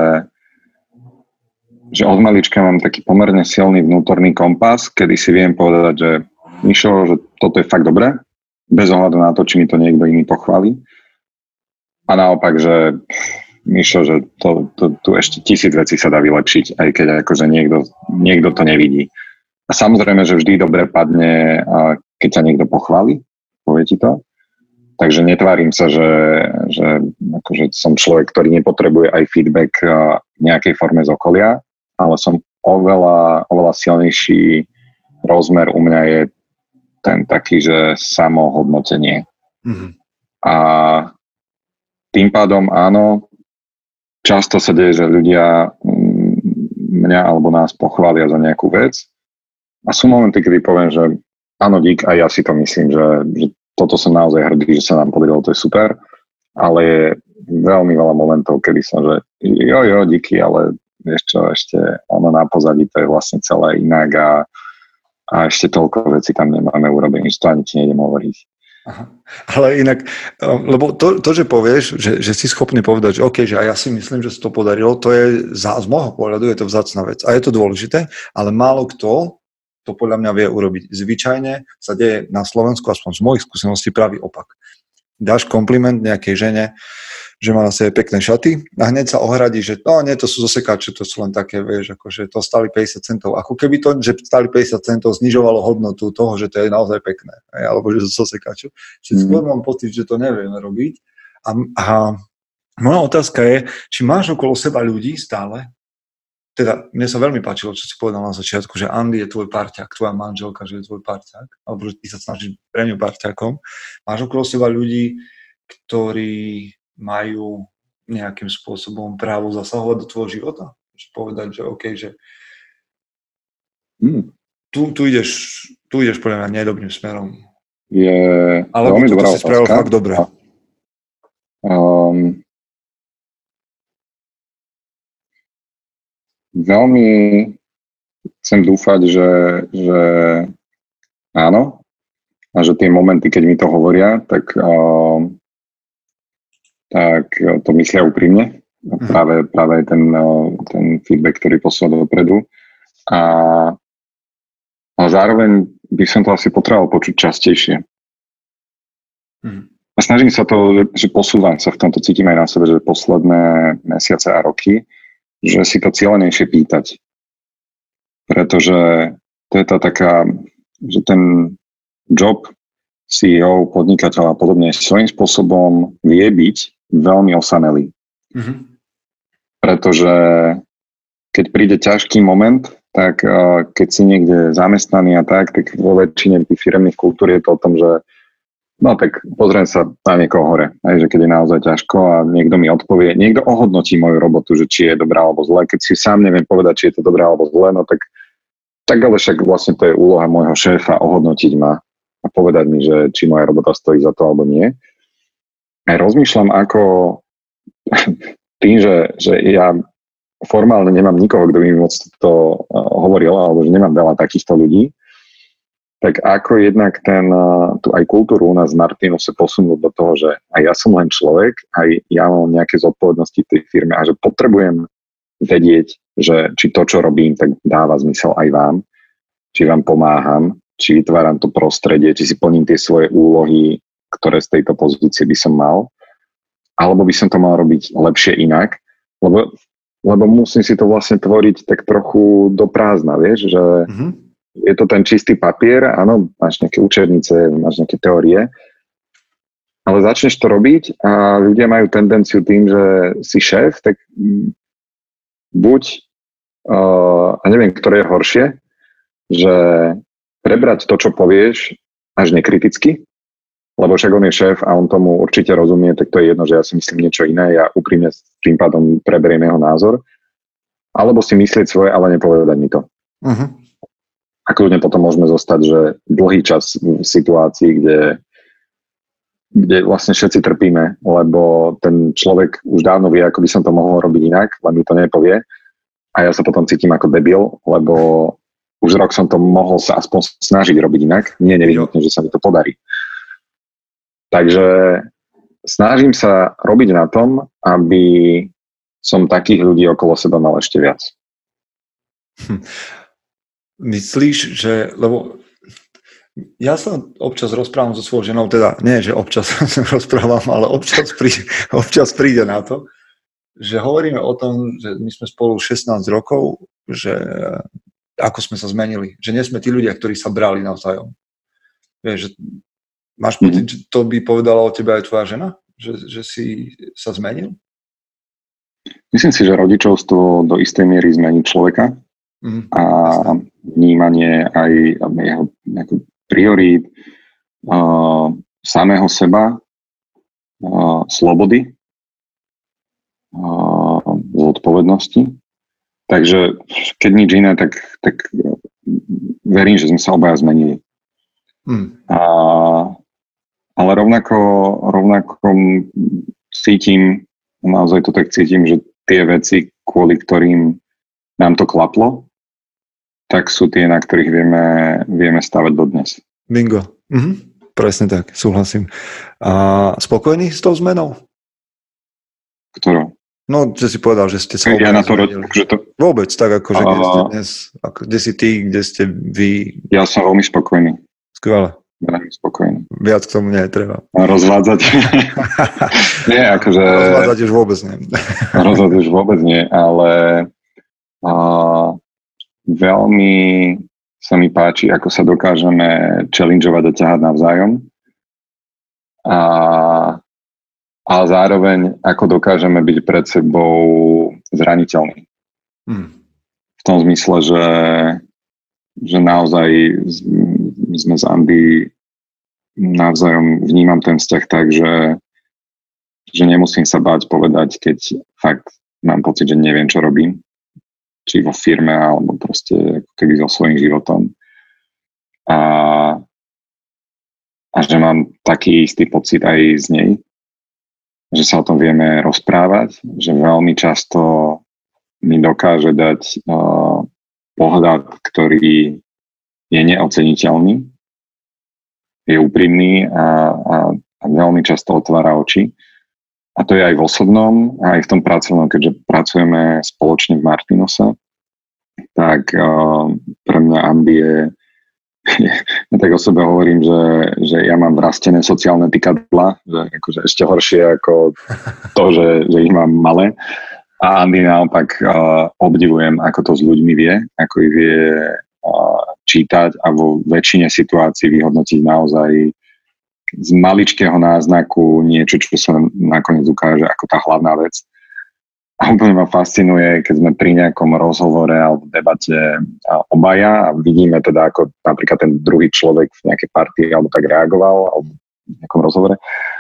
že od malička mám taký pomerne silný vnútorný kompas, kedy si viem povedať, že Mišo, že toto je fakt dobré, bez ohľadu na to, či mi to niekto iný pochváli. A naopak, že Mišo, že tu ešte 1000 vecí sa dá vylepšiť, aj keď akože niekto to nevidí. A samozrejme, že vždy dobre padne, keď ťa niekto pochváli, povie ti to. Takže netvárim sa, že akože som človek, ktorý nepotrebuje aj feedback v nejakej forme z okolia, ale som oveľa silnejší rozmer u mňa je ten taký, že samohodnotenie. Mm-hmm. A tým pádom áno, často sa deje, že ľudia mňa alebo nás pochvália za nejakú vec a sú momenty, kedy poviem, že áno, dík, aj ja si to myslím, že toto som naozaj hrdý, že sa nám podarilo, to je super, ale je veľmi veľa momentov, kedy som, že jo, díky, ale vieš čo, ešte ono na pozadí, to je vlastne celé inak a ešte toľko vecí tam nemáme urobené, že to ani ti nejdem hovoriť.
Aha. Ale inak, lebo to že povieš, že si schopný povedať, že OK, že aj ja si myslím, že sa to podarilo, to je z môjho pohľadu je to vzácna vec a je to dôležité, ale málo kto to podľa mňa vie urobiť. Zvyčajne sa deje na Slovensku, aspoň z mojich skúseností, pravý opak. Dáš kompliment nejakej žene, že má na sebe pekné šaty a hneď sa ohradí, že nie, to sú zosekáče, to sú len také, vieš, akože to stáli 50 centov. Ako keby to, že stáli 50 centov, znižovalo hodnotu toho, že to je naozaj pekné. Alebo že to zosekáču. Čiže skôr mám pocit, že to nevieme robiť. A moja otázka je, či máš okolo seba ľudí stále, teda mne sa veľmi páčilo, čo si povedal na začiatku, že Andy je tvoj parťák, tvoja manželka, že je tvoj parťák, alebo že ty sa snažíš pre ňu parťákom. Máš okolo seba ľudí, ktorí majú nejakým spôsobom právo zasahovať do tvojho života? Že povedať, že OK, že tu ideš podľa mňa nedobrým smerom. Alebo toto si spravil fakt dobre.
Veľmi chcem dúfať, že áno a že tie momenty, keď mi to hovoria, tak to myslia úprimne. Práve ten feedback, ktorý posúva dopredu. A zároveň by som to asi potreboval počuť častejšie. A snažím sa to, že posúvam sa v tomto, cítim aj na sebe, že posledné mesiace a roky, že si to cieľenejšie pýtať. Pretože to je tá taká, že ten job CEO, podnikateľa a podobne svojím spôsobom vie byť veľmi osamelý. Mm-hmm. Pretože keď príde ťažký moment, tak keď si niekde zamestnaný a tak vo väčšine tých firemných kultúr je to o tom, že no tak pozriem sa na niekoho hore, že keď je naozaj ťažko a niekto mi odpovie, niekto ohodnotí moju robotu, že či je dobrá alebo zlé, keď si sám neviem povedať, či je to dobré alebo zlé, no tak ale však vlastne to je úloha môjho šéfa ohodnotiť ma a povedať mi, že či moja robota stojí za to alebo nie. A rozmýšľam, ako tým, že ja formálne nemám nikoho, kto by mi moc to hovoril, alebo že nemám veľa takýchto ľudí, tak ako jednak tú aj kultúru u nás v Martinuse posunúť do toho, že aj ja som len človek, aj ja mám nejaké zodpovednosti v tej firme a že potrebujem vedieť, že či to, čo robím, tak dáva zmysel aj vám, či vám pomáham, či vytváram to prostredie, či si plním tie svoje úlohy, ktoré z tejto pozície by som mal, alebo by som to mal robiť lepšie inak, lebo musím si to vlastne tvoriť tak trochu do prázdna, vieš, že je to ten čistý papier, áno, máš nejaké učebnice, máš nejaké teórie, ale začneš to robiť a ľudia majú tendenciu tým, že si šéf, tak buď, a neviem, ktoré je horšie, že prebrať to, čo povieš, až nekriticky, lebo však on je šéf a on tomu určite rozumie, tak to je jedno, že ja si myslím niečo iné, ja úprimne tým pádom preberiem jeho názor, alebo si myslieť svoje, ale nepovedať mi to. A kľudne potom môžeme zostať, že dlhý čas v situácii, kde vlastne všetci trpíme, lebo ten človek už dávno vie, ako by som to mohol robiť inak, len mi to nepovie. A ja sa potom cítim ako debil, lebo už rok som to mohol sa aspoň snažiť robiť inak. Nie nevyhnutne, že sa mi to podarí. Takže snažím sa robiť na tom, aby som takých ľudí okolo seba mal ešte viac.
Myslíš, že, lebo ja sa občas rozprávam so svojou ženou, teda nie, že občas sa rozprávam, ale občas príde na to, že hovoríme o tom, že my sme spolu 16 rokov, že ako sme sa zmenili, že nie sme tí ľudia, ktorí sa brali navzájom. Vieš, že máš pocit, že to by povedala o tebe aj tvoja žena? Že si sa zmenil?
Myslím si, že rodičovstvo do istej miery zmení človeka. A vnímanie aj jeho priorít, samého seba, slobody, zodpovednosti. Takže keď nič iné, tak verím, že sme sa obaja zmenili. Ale rovnako cítim, naozaj to tak cítim, že tie veci, kvôli ktorým nám to klaplo, tak sú tie, na ktorých vieme stavať dodnes.
Bingo. Presne tak, súhlasím. A spokojný s tou zmenou?
Ktorou?
No, že si povedal, že ste sa
ja na to že to...
Vôbec, tak akože kde ste dnes, kde si ty, kde ste vy?
Ja som veľmi spokojný.
Skvelé.
Veľmi spokojný.
Viac k tomu netreba.
Rozvádzať? Nie, akože...
Rozvádzať už vôbec nie.
Rozvádzať už vôbec nie, ale veľmi sa mi páči, ako sa dokážeme challengeovať a ťahať navzájom. A zároveň, ako dokážeme byť pred sebou zraniteľní. V tom zmysle, že naozaj sme z Andy navzájom vnímam ten vzťah tak, že nemusím sa báť povedať, keď fakt mám pocit, že neviem, čo robím. Či vo firme, alebo proste ako keby so svojím životom. A že mám taký istý pocit aj z nej, že sa o tom vieme rozprávať, že veľmi často mi dokáže dať pohľad, ktorý je neoceniteľný, je úprimný a veľmi často otvára oči. A to je aj v osobnom, aj v tom pracovnom, keďže pracujeme spoločne v Martinuse, tak pre mňa Andy je ja tak o sebe hovorím, že ja mám vrastené sociálne tykadlá, že akože ešte horšie ako to, že ich mám malé. A Andy naopak obdivujem, ako to s ľuďmi vie, ako ich vie čítať a vo väčšine situácií vyhodnotiť naozaj z maličkého náznaku niečo, čo sa nakoniec ukáže ako tá hlavná vec. A úplne ma fascinuje, keď sme pri nejakom rozhovore alebo debate obaja a vidíme teda, ako napríklad ten druhý človek v nejakej partii alebo tak reagoval, alebo nejakom rozhovore.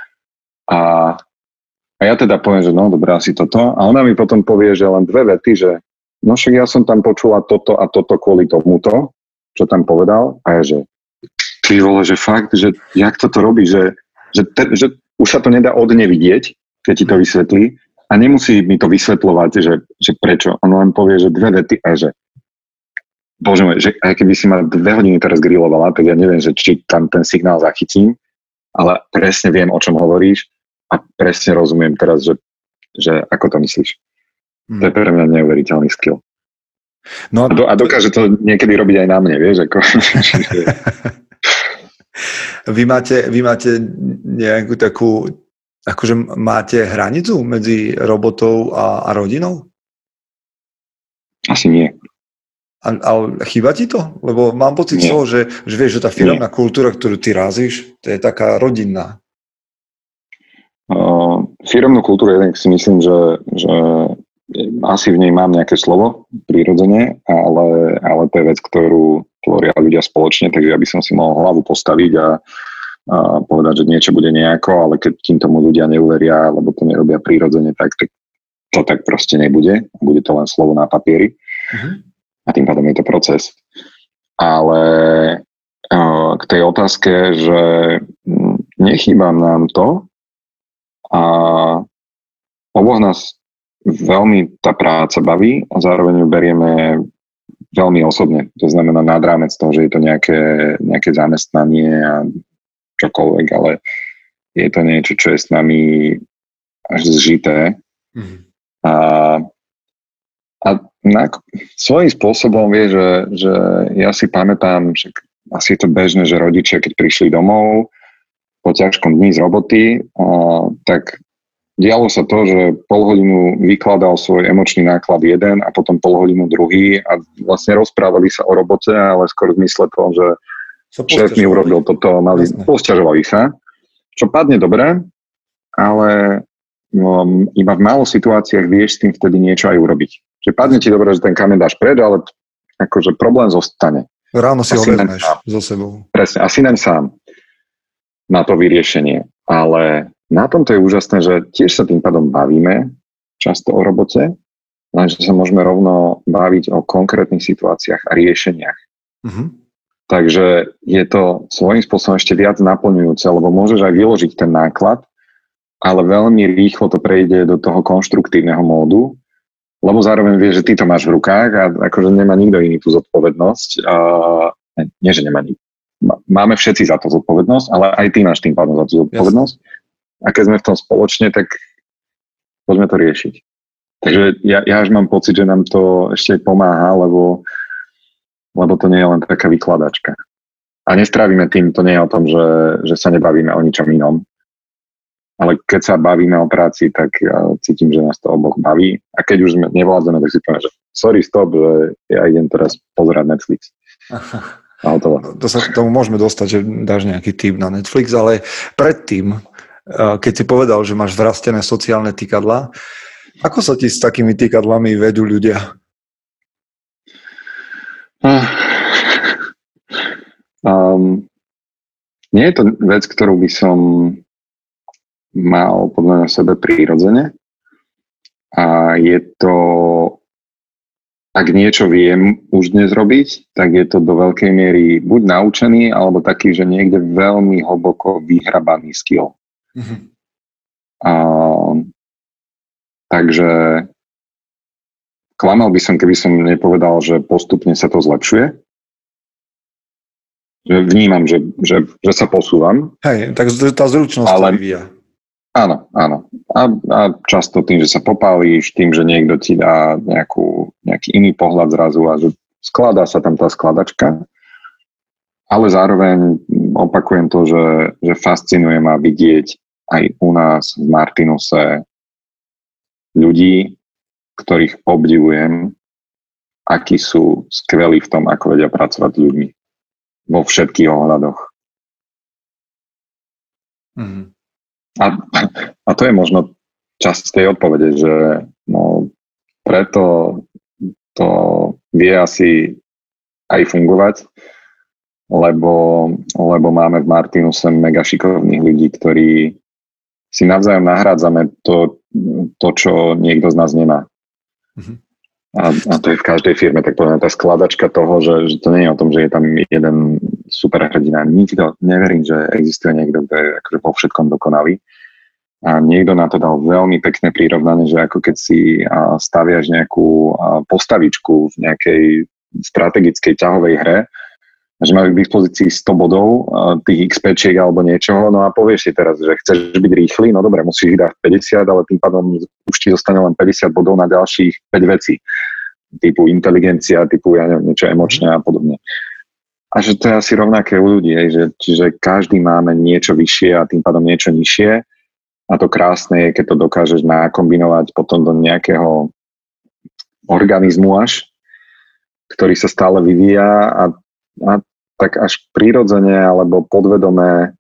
A ja teda poviem, že no, dobré, asi toto. A ona mi potom povie, že len 2 vety, že no však ja som tam počula toto a toto kvôli tomuto, čo tam povedal. A ja, že ty vole, že fakt, že jak toto robí, že už sa to nedá od nevidieť, keď ti to vysvetlí. A nemusí mi to vysvetľovať, že prečo. On len povie, že 2 vety a že bože môj, že aj keby si ma 2 hodiny teraz grilovala, tak ja neviem, že či tam ten signál zachytím, ale presne viem, o čom hovoríš a presne rozumiem teraz, že ako to myslíš. To je pre mňa neuveriteľný skill.
No,
a dokáže to niekedy robiť aj na mne, vieš? Ako,
vy máte nejakú takú, akože máte hranicu medzi robotou a rodinou?
Asi nie.
Ale chýba ti to? Lebo mám pocit z toho, že vieš, že tá firemná kultúra, ktorú ty razíš, to je taká rodinná.
Firemnú kultúru si myslím, že asi v nej mám nejaké slovo prirodzene, ale to je vec, ktorú tvoria ľudia spoločne, takže ja by som si mohol hlavu postaviť a povedať, že niečo bude nejako, ale keď kým tomu ľudia neuveria, alebo to nerobia prirodzene, tak to tak proste nebude. Bude to len slovo na papieri. A tým pádom je to proces. Ale k tej otázke, že nechýba nám to a oboch nás veľmi tá práca baví a zároveň ju berieme veľmi osobne. To znamená nad rámec toho, že je to nejaké zamestnanie a čokoľvek, ale je to niečo, čo je s nami až zžité. A svojím spôsobom vie, že ja si pamätám, že asi je to bežné, že rodičia, keď prišli domov po ťažkom dni z roboty, tak dialo sa to, že pol hodinu vykladal svoj emočný náklad jeden a potom pol hodinu druhý a vlastne rozprávali sa o robote, ale skôr v zmysle toho, že šéf mi urobil toto, posťažovali sa, čo padne dobre, ale iba v málo situáciách vieš s tým vtedy niečo aj urobiť. Že padne ti dobre, že ten kameň dáš preč, ale akože problém zostane.
Ráno si ho vezmeš so sebou.
Presne, asi naň sám na to vyriešenie. Ale na tomto je úžasné, že tiež sa tým pádom bavíme často o robote, lenže sa môžeme rovno baviť o konkrétnych situáciách a riešeniach. Takže je to svojím spôsobom ešte viac naplňujúce, lebo môžeš aj vyložiť ten náklad, ale veľmi rýchlo to prejde do toho konštruktívneho módu, lebo zároveň vieš, že ty to máš v rukách a akože nemá nikto iný tú zodpovednosť. Nie, že nemá nikto. Máme všetci za to zodpovednosť, ale aj ty máš tým pádom za tú zodpovednosť. A keď sme v tom spoločne, tak poďme to riešiť. Takže ja až mám pocit, že nám to ešte pomáha, lebo to nie je len taká vykladačka. A nestrávime tým, to nie je o tom, že sa nebavíme o ničom inom. Ale keď sa bavíme o práci, tak ja cítim, že nás to oboch baví. A keď už nevládzeme, tak si poviem, že sorry, stop, že ja idem teraz pozerať Netflix. A hotovo.
To sa k tomu môžeme dostať, že dáš nejaký tip na Netflix, ale predtým, keď si povedal, že máš vrastené sociálne tykadlá, ako sa ti s takými tykadlami vedú ľudia?
Nie je to vec, ktorú by som mal podľa mňa sebe prirodzene. A je to, ak niečo viem už dnes robiť, tak je to do veľkej miery buď naučený, alebo taký, že niekde veľmi hlboko vyhrabaný skill. Takže klamal by som, keby som nepovedal, že postupne sa to zlepšuje. Že vnímam, že sa posúvam.
Hej, tak tá zručnosť sa vyvíja.
Áno. A často tým, že sa popálíš, tým, že niekto ti dá nejaký iný pohľad zrazu a že skladá sa tam tá skladačka. Ale zároveň opakujem to, že fascinuje ma vidieť aj u nás v Martinuse ľudí, ktorých obdivujem, akí sú skvelí v tom, ako vedia pracovať s ľuďmi. Vo všetkých ohľadoch. A to je možno časť tej odpovede, že preto to vie asi aj fungovať, lebo máme v Martinuse mega šikovných ľudí, ktorí si navzájom nahrádzame to čo niekto z nás nemá.
Mhm.
A to je v každej firme, tak povedať, tá skladačka toho, že to nie je o tom, že je tam jeden superhrdina. Nikto, neverím, že existuje niekto, kto je akože vo všetkom dokonalý. A niekto na to dal veľmi pekné prirovnanie, že ako keď si staviaš nejakú postavičku v nejakej strategickej ťahovej hre, že majú k dispozícii 100 bodov, tých XP-čiek alebo niečoho, no a povieš si teraz, že chceš byť rýchly, no dobre, musíš ich dať 50, ale tým pádom už ti zostane len 50 bodov na ďalších 5 vecí. Typu inteligencia, typu ja neviem, niečo emočné a podobne. A že to je asi rovnaké u ľudí, čiže každý máme niečo vyššie a tým pádom niečo nižšie. A to krásne je, keď to dokážeš nakombinovať potom do nejakého organizmu až, ktorý sa stále vyvíja a tak až prirodzene alebo podvedome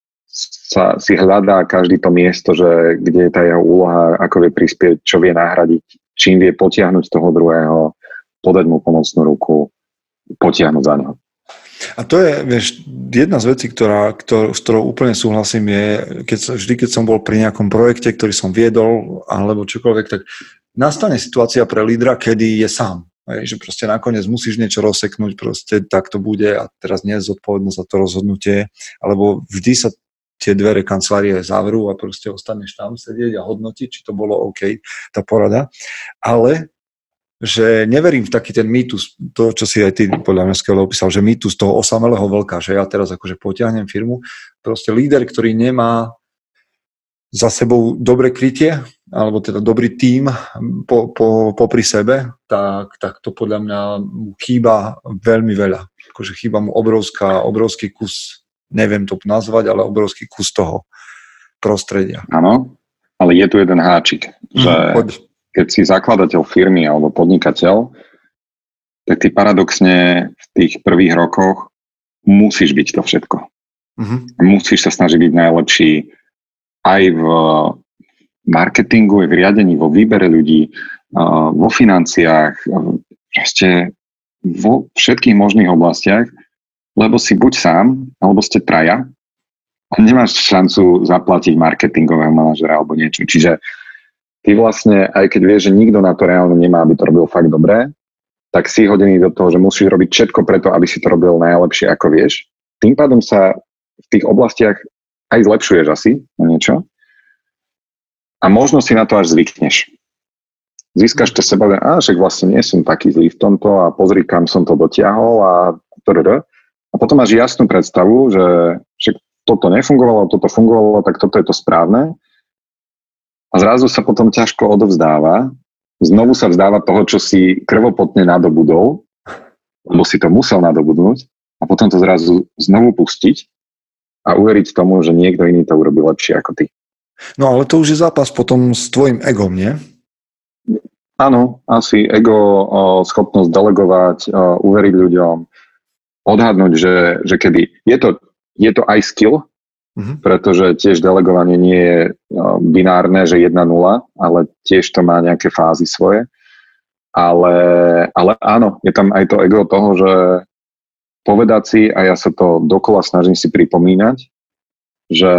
si hľadá každý to miesto, že kde je tá jeho úloha, ako vie prispieť, čo vie nahradiť, čím vie potiahnuť toho druhého, podať mu pomocnú ruku, potiahnuť za neho.
A to je, vieš, jedna z vecí, s ktorou úplne súhlasím je, keď som bol pri nejakom projekte, ktorý som viedol, alebo čokoľvek, tak nastane situácia pre lídra, kedy je sám. Že proste nakoniec musíš niečo rozseknúť, proste tak to bude a teraz nie je zodpovednosť za to rozhodnutie, alebo vždy sa tie dvere kancelárie zavrú a proste ostaneš tam sedieť a hodnotiť, či to bolo OK, tá porada. Ale že neverím v taký ten mýtus, to, čo si aj ty podľa mňa skvelé opísal, že mýtus toho osamelého vlka, že ja teraz akože potiahnem firmu. Proste líder, ktorý nemá za sebou dobré krytie, alebo teda dobrý tím popri sebe, tak to podľa mňa mu chýba veľmi veľa. Akože chýba mu obrovský kus, neviem to nazvať, ale obrovský kus toho prostredia.
Áno, ale je tu jeden háčik, že keď si zakladateľ firmy alebo podnikateľ, tak ty paradoxne v tých prvých rokoch musíš byť to všetko. Musíš sa snažiť byť najlepší aj v marketingu, aj v riadení, vo výbere ľudí, vo financiách, proste vo všetkých možných oblastiach, lebo si buď sám, alebo ste traja a nemáš šancu zaplatiť marketingového manažera alebo niečo. Čiže ty vlastne, aj keď vieš, že nikto na to reálne nemá, aby to robil fakt dobre, tak si hodený do toho, že musíš robiť všetko preto, aby si to robil najlepšie, ako vieš. Tým pádom sa v tých oblastiach aj zlepšuješ asi na niečo a možno si na to až zvykneš. Získaš to seba, však vlastne nie som taký zlý v tomto a pozri, kam som to dotiahol a potom máš jasnú predstavu, že však toto nefungovalo, toto fungovalo, tak toto je to správne a zrazu sa potom ťažko odovzdáva, znovu sa vzdáva toho, čo si krvopotne nadobudol, lebo si to musel nadobudnúť a potom to zrazu znovu pustiť a uveriť tomu, že niekto iný to urobí lepšie ako ty.
No ale to už je zápas potom s tvojim egom, nie?
Áno, asi ego, schopnosť delegovať, uveriť ľuďom, odhadnúť, že kedy je to aj skill, pretože tiež delegovanie nie je binárne, že 1-0, ale tiež to má nejaké fázy svoje. Ale áno, je tam aj to ego toho, že povedať si, a ja sa to dokola snažím si pripomínať, že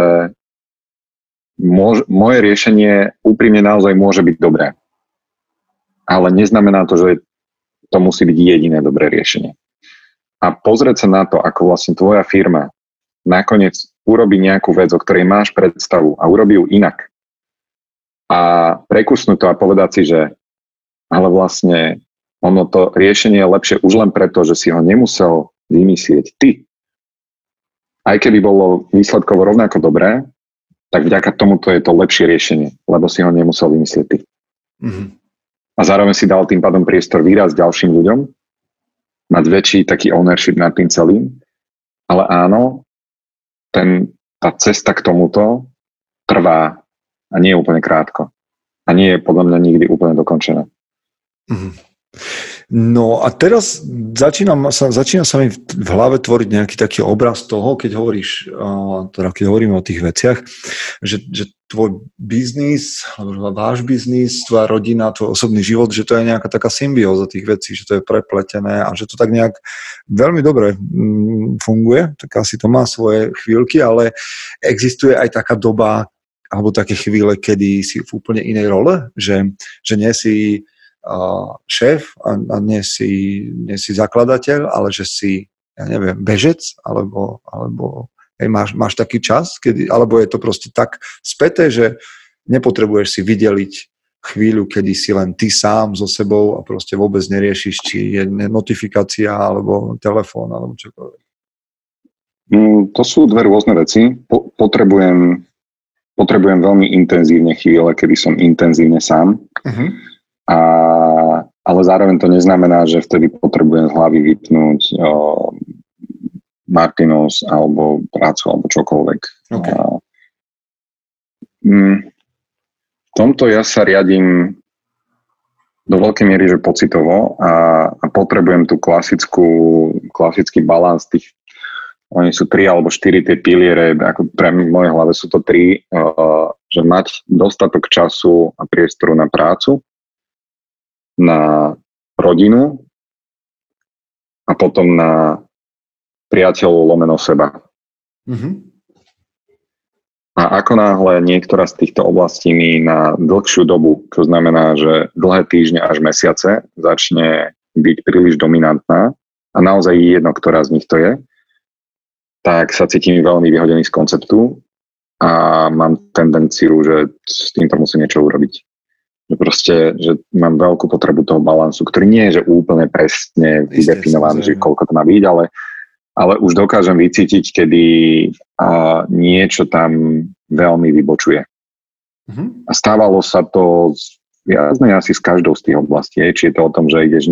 moje riešenie úprimne naozaj môže byť dobré. Ale neznamená to, že to musí byť jediné dobré riešenie. A pozrieť sa na to, ako vlastne tvoja firma nakoniec urobí nejakú vec, o ktorej máš predstavu a urobí ju inak. A prekusnúť to a povedať si, že ale vlastne ono to riešenie je lepšie už len preto, že si ho nemusel vymyslieť ty. Aj keby bolo výsledkovo rovnako dobré, tak vďaka tomuto je to lepšie riešenie, lebo si ho nemusel vymyslieť ty. A zároveň si dal tým pádom priestor výraz ďalším ľuďom, mať väčší taký ownership nad tým celým, ale áno, tá cesta k tomuto trvá a nie je úplne krátko. A nie je podľa mňa nikdy úplne dokončená.
No a teraz začína sa mi v hlave tvoriť nejaký taký obraz toho, keď hovoríš, teda keď hovoríme o tých veciach, že tvoj biznis, alebo váš biznis, tvoja rodina, tvoj osobný život, že to je nejaká taká symbióza tých vecí, že to je prepletené a že to tak nejak veľmi dobre funguje, tak asi to má svoje chvíľky, ale existuje aj taká doba, alebo také chvíle, kedy si v úplne inej role, že nie si šéf a nie si zakladateľ, ale že si, ja neviem, bežec, alebo máš taký čas, alebo je to proste tak späté, že nepotrebuješ si vydeliť chvíľu, kedy si len ty sám so sebou a proste vôbec neriešiš, či je notifikácia, alebo telefón, alebo čokoľvek.
To sú dve rôzne veci. Potrebujem veľmi intenzívne chvíle, kedy som intenzívne sám. Uh-huh. Ale zároveň to neznamená, že vtedy potrebujem z hlavy vypnúť Martinus alebo prácu alebo čokoľvek. Okay. V tomto ja sa riadím do veľkej miery, že pocitovo a potrebujem tú klasický balans tých, oni sú 3 alebo 4 tie piliere, ako pre mňa v mojej hlave sú to 3, že mať dostatok času a priestoru na prácu, na rodinu a potom na priateľov lomeno seba. Mm-hmm. A ako náhle niektorá z týchto oblastí mi na dlhšiu dobu, čo znamená, že dlhé týždne až mesiace, začne byť príliš dominantná a naozaj jedno, ktorá z nich to je, tak sa cítim veľmi vyhodený z konceptu a mám tendenciu, že s týmto musím niečo urobiť. Že proste, že mám veľkú potrebu toho balansu, ktorý nie je, že úplne presne vydefinovaný, že koľko to má byť, ale už dokážem vycítiť, kedy niečo tam veľmi vybočuje. Uh-huh. A stávalo sa to jasne asi s každou z tých oblastí. Či je to o tom, že ideš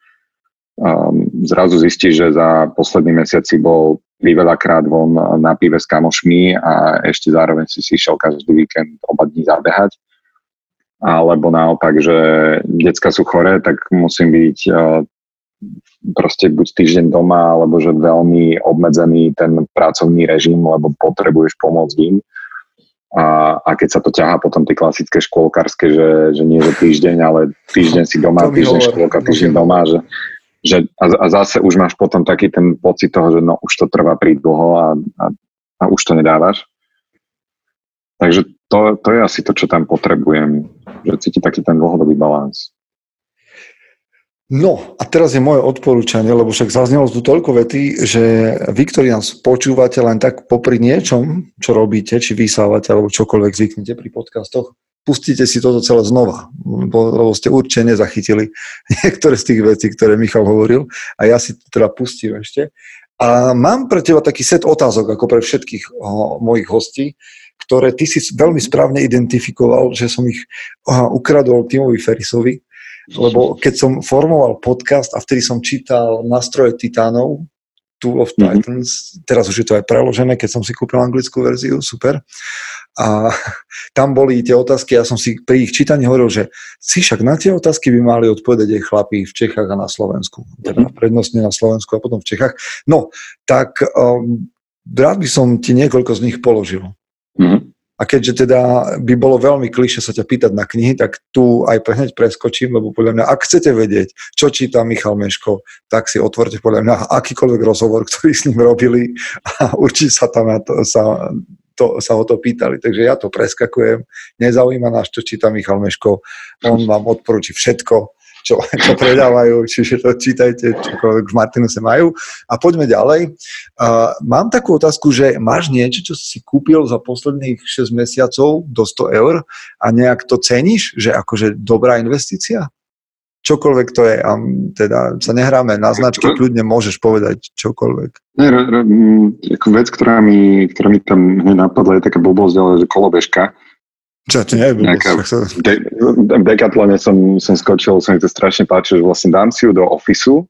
zrazu zistíš, že za posledný mesiac si bol veľakrát von na pive s kamošmi a ešte zároveň si išiel každý víkend oba dní zabehať. Alebo naopak, že decka sú choré, tak musím byť proste buď týždeň doma, alebo že veľmi obmedzený ten pracovný režim, lebo potrebuješ pomôcť im. A keď sa to ťahá potom tie klasické škôlkarské, že nie že týždeň, ale týždeň si doma, týždeň škôlka, týždeň doma, a zase už máš potom taký ten pocit toho, že no už to trvá pridlho a už to nedávaš. Takže to je asi to, čo tam potrebujem, že cíti taký ten dlhodobý balans.
No a teraz je moje odporúčanie, lebo však zaznelo tu toľko vety, že vy, ktorí nás počúvate len tak popri niečom, čo robíte, či vysávate, alebo čokoľvek zvyknete pri podcastoch, pustite si toto celé znova, lebo ste určite nezachytili niektoré z tých vecí, ktoré Michal hovoril a ja si to teda pustím ešte. A mám pre teba taký set otázok, ako pre všetkých mojich hostí, ktoré ty si veľmi správne identifikoval, že som ich ukradol Timovi Ferrisovi, lebo keď som formoval podcast a vtedy som čítal Nástroje titánov, Tool of Titans, teraz už je to aj preložené, keď som si kúpil anglickú verziu, super. A tam boli tie otázky, ja som si pri ich čítaní hovoril, že si však na tie otázky by mali odpovedať aj chlapí v Čechách a na Slovensku. Teda prednostne na Slovensku a potom v Čechách. No, tak rád by som ti niekoľko z nich položil. A keďže teda by bolo veľmi klišé sa ťa pýtať na knihy, tak tu aj hneď preskočím, lebo podľa mňa, ak chcete vedieť, čo číta Michal Meško, tak si otvorte podľa mňa akýkoľvek rozhovor, ktorý s ním robili a určite sa tam sa ho to pýtali. Takže ja to preskakujem. Nezaujíma nás, čo číta Michal Meško. On vám odporúči všetko, čo predávajú, čiže to čítajte, čokoľvek v Martinuse majú. A poďme ďalej. Mám takú otázku, že máš niečo, čo si kúpil za posledných 6 mesiacov do 100 eur a nejak to ceníš, že akože dobrá investícia? Čokoľvek to je. A teda sa nehráme na značky, kľudne môžeš povedať čokoľvek.
Ako vec, ktorá mi tam hneď napadla, je taká blbosť, ale že kolobežka.
Čo to nie je blbosť?
V Decathlone som skočil, sa mi to strašne páči, že vlastne dám si ju do ofisu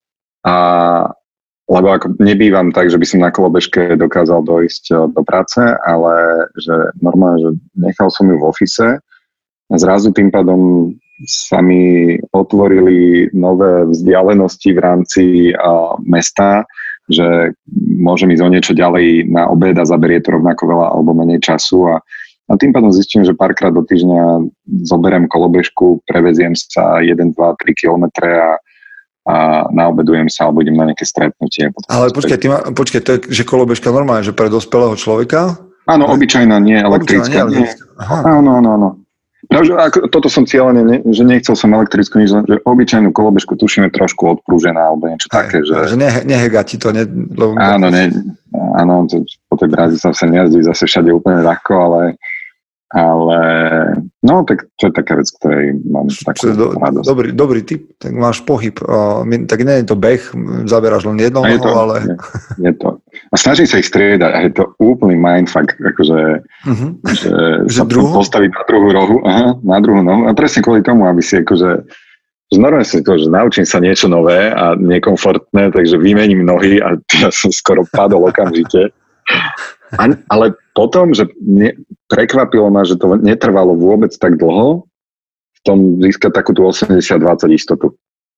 lebo ako nebývam tak, že by som na kolobežke dokázal dojsť do práce, ale že normálne, že nechal som ju v ofise a zrazu tým pádom sa mi otvorili nové vzdialenosti v rámci mesta, že môžem ísť o niečo ďalej na obed a zaberie to rovnako veľa alebo menej času a tým pádom zistím, že párkrát do týždňa zoberiem kolobežku, preveziem sa 1, 2, 3 kilometre a naobedujem sa alebo idem na nejaké stretnutie.
Ale počkaj, to je, že kolobežka normálne, že pre dospelého človeka?
Áno, obyčajná, nie elektrická. Áno. Toto som cieľene, že nechcel som elektrickú, nič, že obyčajnú kolobežku tušíme trošku odprúžená alebo niečo také. Že
nehega ti to.
Áno, po tej Brázi sa nejazdí zase všade úplne ľahko, ale no, tak to je taká vec, ktorej mám takú radosť.
Dobrý tip, tak máš pohyb. Tak nie je to beh, zaberáš len jednou nohou, ale...
Je to. A snažím sa ich striedať a je to úplný mindfuck, akože že sa postaviť na druhú rohu, na druhú nohu a presne kvôli tomu, aby si akože normálne si to, že naučím sa niečo nové a nekomfortné, takže vymením nohy a ja som skoro padol okamžite. Ale potom, že prekvapilo ma, že to netrvalo vôbec tak dlho, v tom získať takú tú 80-20 istotu.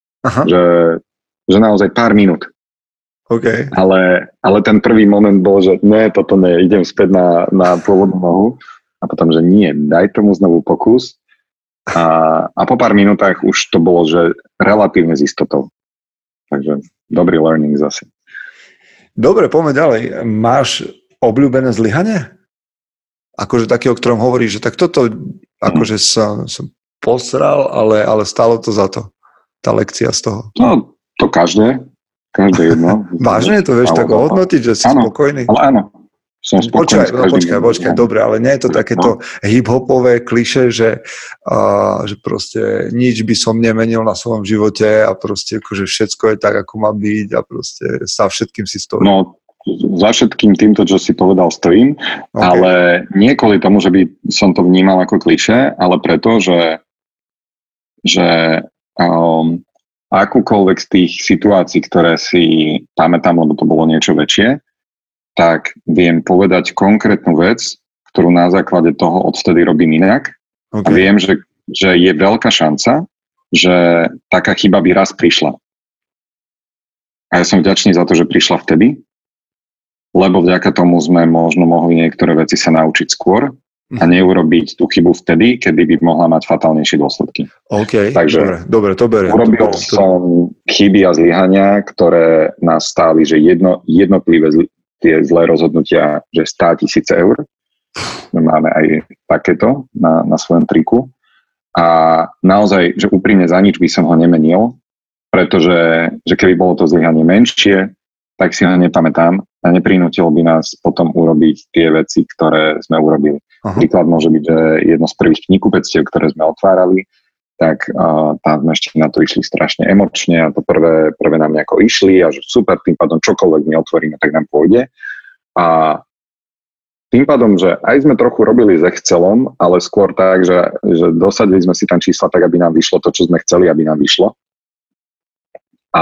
Že naozaj pár minút.
Okay.
Ale ten prvý moment bol, že toto nie, idem späť na pôvodnú nohu a potom, že nie, daj tomu znovu pokus a po pár minútach už to bolo, že relatívne s istotou. Takže dobrý learning zase.
Dobre, poďme ďalej. Máš obľúbené zlyhanie? Akože také, o ktorom hovoríš, že tak toto akože som posral, ale stálo to za to. Tá lekcia z toho.
No, to každé jedno.
Vážne to vieš tak ohodnotiť, že si spokojný?
Ale áno. Som spokojný.
Počkaj, dobre, ale nie je to takéto hip-hopové klišé, že proste nič by som nemenil na svojom živote a proste akože všetko je tak, ako má byť a proste sa všetkým si stojí. No,
za všetkým týmto, čo si povedal, stojím, ale nie kvôli tomu, že by som to vnímal ako klišé, ale preto, že akúkoľvek z tých situácií, ktoré si pamätám, lebo to bolo niečo väčšie, tak viem povedať konkrétnu vec, ktorú na základe toho odvtedy robím inak. A viem, že je veľká šanca, že taká chyba by raz prišla. A ja som vďačný za to, že prišla vtedy, lebo vďaka tomu sme možno mohli niektoré veci sa naučiť skôr a neurobiť tú chybu vtedy, kedy by mohla mať fatálnejšie dôsledky.
Takže dobre, to beriem.
Urobil som chyby a zlyhania, ktoré nás stáli, že jednotlivé tie zlé rozhodnutia, že 100 000 eur. Máme aj takéto na svojom triku. A naozaj, že úprimne za nič by som ho nemenil, pretože že keby bolo to zlyhanie menšie, tak si ho nepamätám a neprinútil by nás potom urobiť tie veci, ktoré sme urobili. Príklad môže byť, že jedno z prvých knihkupectiev, ktoré sme otvárali, tak tam sme ešte na to išli strašne emočne a to prvé nám nejako išli a že super, tým pádom čokoľvek my otvoríme, tak nám pôjde. A tým pádom, že aj sme trochu robili s Excelom, ale skôr tak, že dosadili sme si tam čísla tak, aby nám vyšlo to, čo sme chceli, aby nám vyšlo. A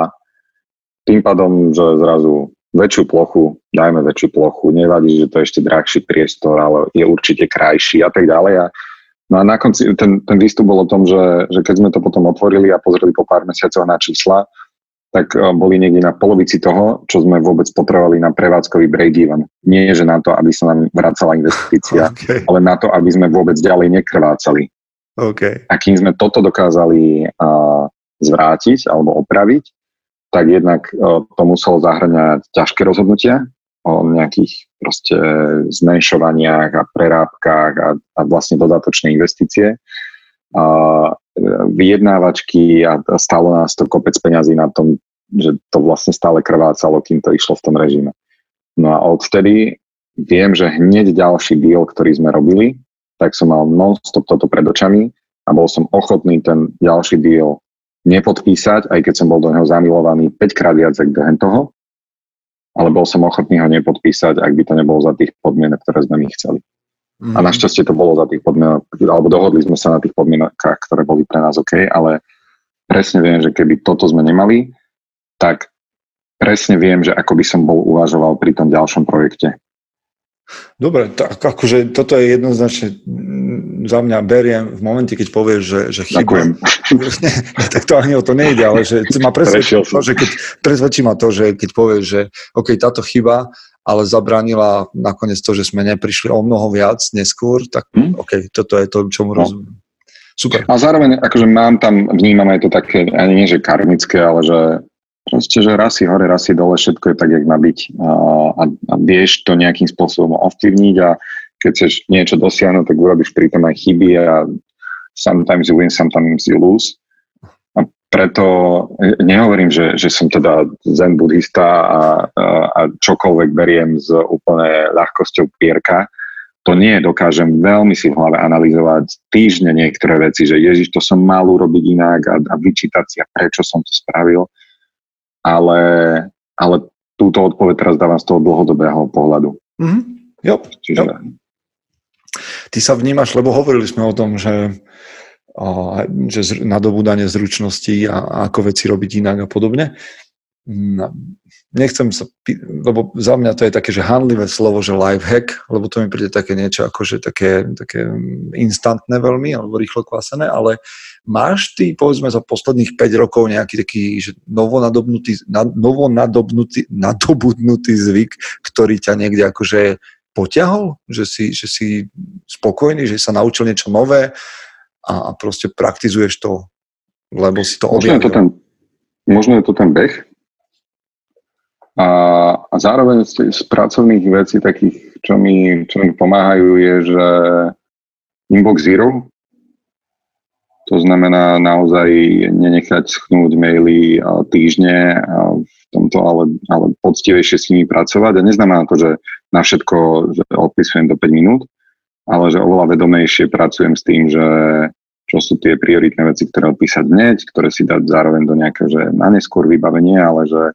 tým pádom, že zrazu dajme väčšiu plochu, nevadí, že to je ešte drahší priestor, ale je určite krajší a tak ďalej. No a na konci ten výstup bol o tom, že keď sme to potom otvorili a pozreli po pár mesiacoch na čísla, tak boli niekde na polovici toho, čo sme vôbec potrebovali na prevádzkový break-even. Nie, že na to, aby sa nám vracala investícia, ale na to, aby sme vôbec ďalej nekrvácali. A kým sme toto dokázali zvrátiť alebo opraviť, tak jednak to muselo zahŕňať ťažké rozhodnutia o nejakých proste zmenšovaniach a prerábkach a vlastne dodatočné investície. Vyjednávačky a stálo nás to kopec peňazí na tom, že to vlastne stále krvácalo, kým to išlo v tom režime. No a odvtedy viem, že hneď ďalší deal, ktorý sme robili, tak som mal non-stop toto pred očami a bol som ochotný ten ďalší deal nepodpísať, aj keď som bol do neho zamilovaný 5-krát viac ako do toho, ale bol som ochotný ho nepodpísať, ak by to nebolo za tých podmienok, ktoré sme my chceli. A našťastie to bolo za tých podmienok, alebo dohodli sme sa na tých podmienkach, ktoré boli pre nás OK, ale presne viem, že keby toto sme nemali, tak presne viem, že ako by som bol uvažoval pri tom ďalšom projekte.
Dobre, tak akože toto je jednoznačne za mňa beriem v momente, keď povieš, že chyba. Tak to ani o to nejde, ale že ma presvedčí to, že keď povieš, že OK, táto chyba, ale zabránila nakoniec to, že sme neprišli o mnoho viac neskôr, tak OK, toto je to, čomu rozumiem. Super.
A zároveň akože vnímam aj to také, ani nie že karmické, ale že proste, že raz si hore, raz si dole, všetko je tak, jak má byť a vieš to nejakým spôsobom ovplyvniť a keď chceš niečo dosiahnuť, tak urobíš pri tom aj chyby a sometimes you win, sometimes you lose. A preto nehovorím, že som teda zen buddhista a čokoľvek beriem s úplne ľahkosťou pierka. To nie, dokážem veľmi si v hlave analyzovať týždne niektoré veci, že Ježiš, to som mal urobiť inak a vyčítať si, a prečo som to spravil. Ale túto odpoveď teraz dávam z toho dlhodobého pohľadu.
Mm-hmm. Jo. Ty sa vnímaš, lebo hovorili sme o tom, že nadobúdanie zručností a ako veci robiť inak a podobne. Nechcem sa, lebo za mňa to je také, že hanlivé slovo, že life hack, lebo to mi príde také niečo akože také instantné veľmi, alebo rýchlo kvasené, ale máš ty, povedzme, za posledných 5 rokov nejaký taký, že nadobudnutý zvyk, ktorý ťa niekde akože poťahol? Že si spokojný, že sa naučil niečo nové a proste praktizuješ to, lebo si to objavil?
Možno je to ten beh. A zároveň z pracovných vecí takých, čo mi pomáhajú, je, že inbox zero. To znamená naozaj nenechať schnúť maily týždne v tomto, ale poctivejšie s nimi pracovať. A neznamená to, že na všetko že odpisujem do 5 minút, ale že oveľa vedomejšie pracujem s tým, že čo sú tie prioritné veci, ktoré odpísať hneď, ktoré si dať zároveň do nejakého, že na neskôr vybavenie, ale že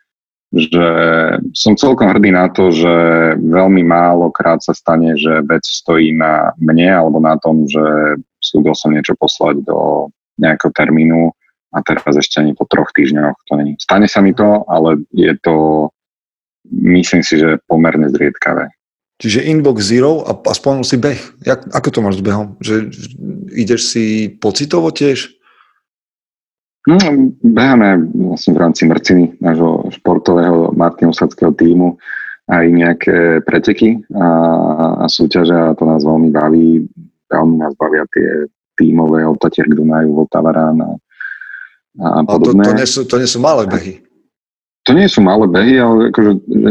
som celkom hrdý na to, že veľmi málo krát sa stane, že vec stojí na mne alebo na tom, že slúbil som niečo poslať do nejakého termínu a teraz ešte ani po 3 týždňoch to není. Stane sa mi to, ale je to, myslím si, že pomerne zriedkavé.
Čiže inbox zero a spomenul si beh. Ako to máš s behom? Že ideš si pocitovo tiež?
No, beháme vlastne v rámci Mrciny, nášho športového martinovsadského tímu, aj nejaké preteky a súťaže a to nás veľmi baví. Veľmi nás bavia tie tímové od Tatier k Dunaju, Vltavarán a podobné.
To nie sú malé behy.
To nie sú malé behy, ale akože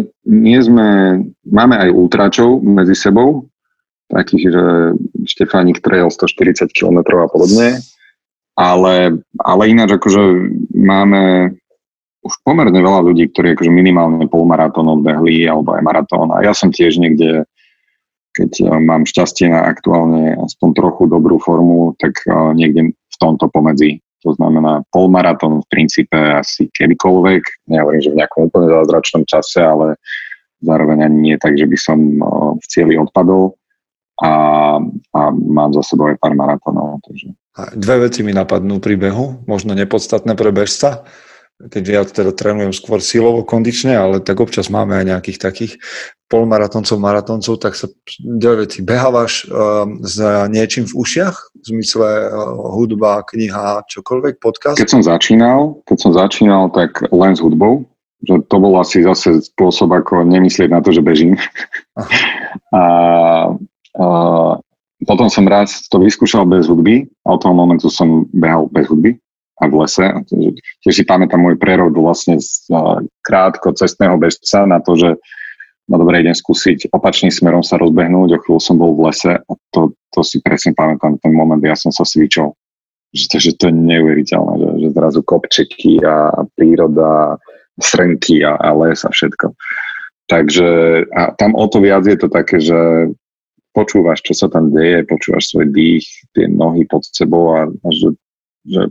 máme aj ultračov medzi sebou, takých, že Štefánik trail 140 km a podobne. Ale ináč akože máme už pomerne veľa ľudí, ktorí akože minimálne polmaratón odbehli alebo aj maratón. A ja som tiež niekde, keď mám šťastie na aktuálne aspoň trochu dobrú formu, tak niekde v tomto pomedzi. To znamená polmaratón v princípe asi kedykoľvek. Nehovorím, že v nejakom úplne zázračnom čase, ale zároveň ani nie tak, že by som v cieli odpadol. A mám za sebou aj pár maratónov. Takže.
Dve veci mi napadnú pri behu, možno nepodstatné pre bežca, keďže ja teda trénujem skôr silovo, kondične, ale tak občas máme aj nejakých takých polmaratóncov, maratóncov, tak sa dve veci. Behávaš s niečím v ušiach? V zmysle hudba, kniha, čokoľvek, podcast? Keď
som začínal, tak len s hudbou. Že to bol asi zase spôsob, ako nemyslieť na to, že bežím. Potom som raz to vyskúšal bez hudby a od toho momentu som behal bez hudby a v lese. Tiež si pamätám môj prerod vlastne z krátko cestného bežca na to, že no dobre, idem skúsiť opačným smerom sa rozbehnúť, o chvíľu som bol v lese a to si presne pamätám ten moment, ja som sa svičol. Že to je neuveriteľné, že zrazu kopčeky a príroda, srnky a les a všetko. Takže a tam o to viac je to také, že počúvaš, čo sa tam deje, počúvaš svoj dých, tie nohy pod sebou a že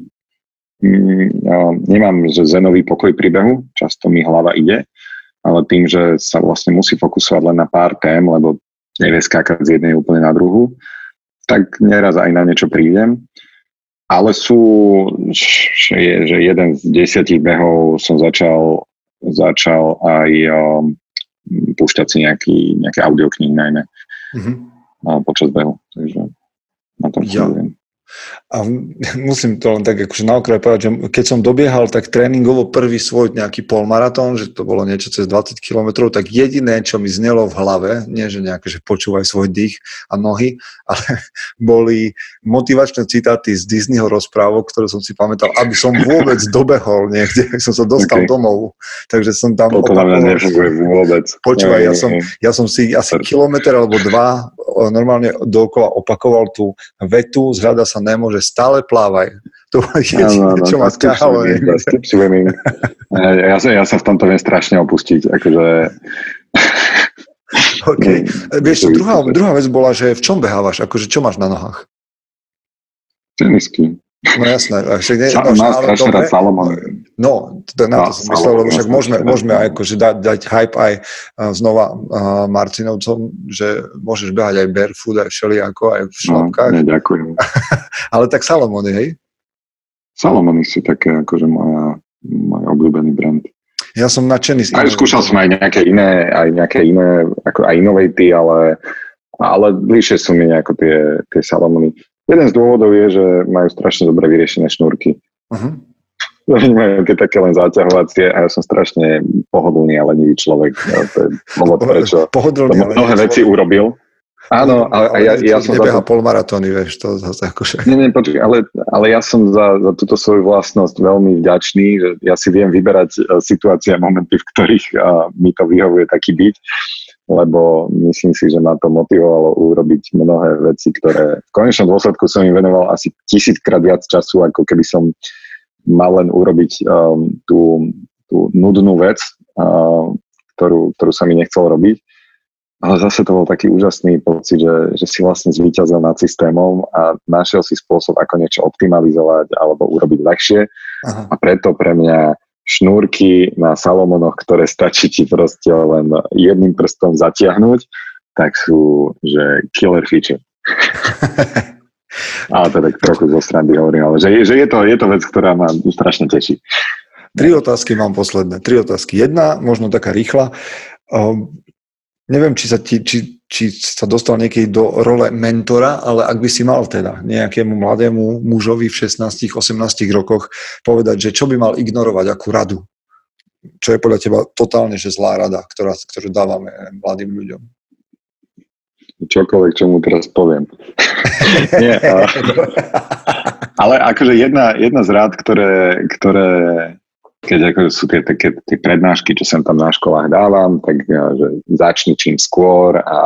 nemám že zenový pokoj pri behu, často mi hlava ide, ale tým, že sa vlastne musí fokusovať len na pár tém, lebo nevie skákať z jednej úplne na druhú, tak neraz aj na niečo prídem. Ale že jeden z 10 behov som začal aj púšťať si nejaké audioknihy najmä počas behu. Takže na tom fungujem.
A musím to len tak akože na okraj povedať, že keď som dobiehal tak tréningovo prvý svoj nejaký polmaratón, že to bolo niečo cez 20 km, tak jediné, čo mi znelo v hlave, nie že nejaké, že počúvaj svoj dých a nohy, ale boli motivačné citáty z Disneyho rozprávok, ktoré som si pamätal, aby som vôbec dobehol niekde, aby som sa dostal domov. Takže som tam
opakoval. Vôbec.
Počúvaj, ja som si asi kilometr alebo dva normálne dookola opakoval tú vetu, zhrada sa nemôže, stále plávaj. To bolo jediné, čo ma ťahalo.
Ja sa v tomto viem strašne opustiť. Akože...
Okay. Vieš, druhá vec bola, že v čom behávaš? Akože čo máš na nohách?
Tenisky.
No jasné.
Má strašne rád Salomon.
No, na to som myslel, lebo však môžeme aj akože dať hype aj znova Marcinovcom, že môžeš behať aj barefoot, aj všelijako, aj v šlapkách.
No, ďakujem.
Ale tak Salomony, hej?
Salomony sú také akože môj obľúbený brand.
Ja som nadšený.
Aj skúšal som aj nejaké iné, ako aj Innovate, ale bližšie sú mi nejako tie Salomony. Jeden z dôvodov je, že majú strašne dobre vyriešené šnúrky. Majú také len zaťahovacie a ja som strašne pohodlný a lenivý človek. To je dôvod, prečo mnohé veci urobil. Áno, ale ja som
nebeha polmaratóny, vieš, to zase akože...
Nie, počuj, ale ja som za túto svoju vlastnosť veľmi vďačný, že ja si viem vyberať situácie a momenty, v ktorých mi to vyhovuje taký byť, lebo myslím si, že ma to motivovalo urobiť mnohé veci, ktoré v konečnom dôsledku som im venoval asi 1000-krát viac času, ako keby som mal len urobiť tú nudnú vec, ktorú sa mi nechcel robiť. Ale zase to bol taký úžasný pocit, že si vlastne zvíťazil nad systémom a našiel si spôsob, ako niečo optimalizovať alebo urobiť ľahšie. Aha. A preto pre mňa šnúrky na Salomonoch, ktoré stačí ti proste len jedným prstom zatiahnuť, tak sú, že killer feature. Ale to tak trochu zo strany hovorím, ale že je to vec, ktorá ma strašne teší.
3 otázky mám posledné. 3 otázky. Jedna, možno taká rýchla. Neviem, či sa dostal niekedy do role mentora, ale ak by si mal teda nejakému mladému mužovi v 16-18 rokoch povedať, že čo by mal ignorovať, akú radu, čo je podľa teba totálne že zlá rada, ktorú dávame mladým ľuďom.
Čokoľvek, čo mu teraz poviem. Nie, ale akože jedna z rád, ktoré keď ako sú tie prednášky, čo sem tam na školách dávam, tak že začni čím skôr a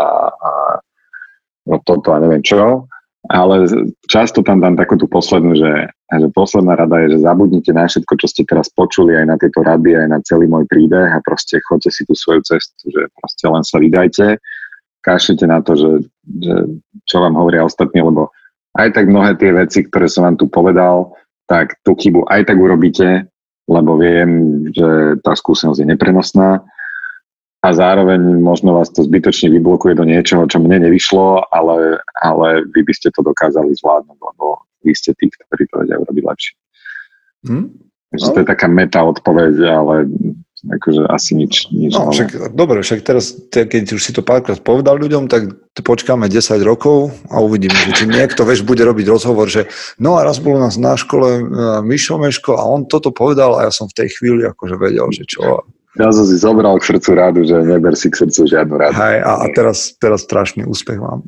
toto a neviem čo, ale často tam dám takú tú poslednú, že posledná rada je, že zabudnite na všetko, čo ste teraz počuli, aj na tieto rady, aj na celý môj príbeh a proste choďte si tú svoju cestu, že proste len sa vydajte, kašlite na to, že čo vám hovoria ostatní, lebo aj tak mnohé tie veci, ktoré som vám tu povedal, tak tú chybu aj tak urobíte, lebo viem, že tá skúsenosť je neprenosná a zároveň možno vás to zbytočne vyblokuje do niečoho, čo mne nevyšlo, ale vy by ste to dokázali zvládnuť, lebo vy ste tí, ktorí to vedia urobiť lepšie. Takže to je taká meta odpoveď, ale akože asi nič
no, dobre, však teraz, keď už si to párkrát povedal ľuďom, tak počkáme 10 rokov a uvidíme, že či niekto, bude robiť rozhovor, že no a raz bol u nás na škole Mišo Meško a on toto povedal a ja som v tej chvíli akože vedel, že čo.
Ja som si zobral k srdcu rádu, že neber si k srdcu žiadnu rádu.
Hej, a teraz strašný úspech mám.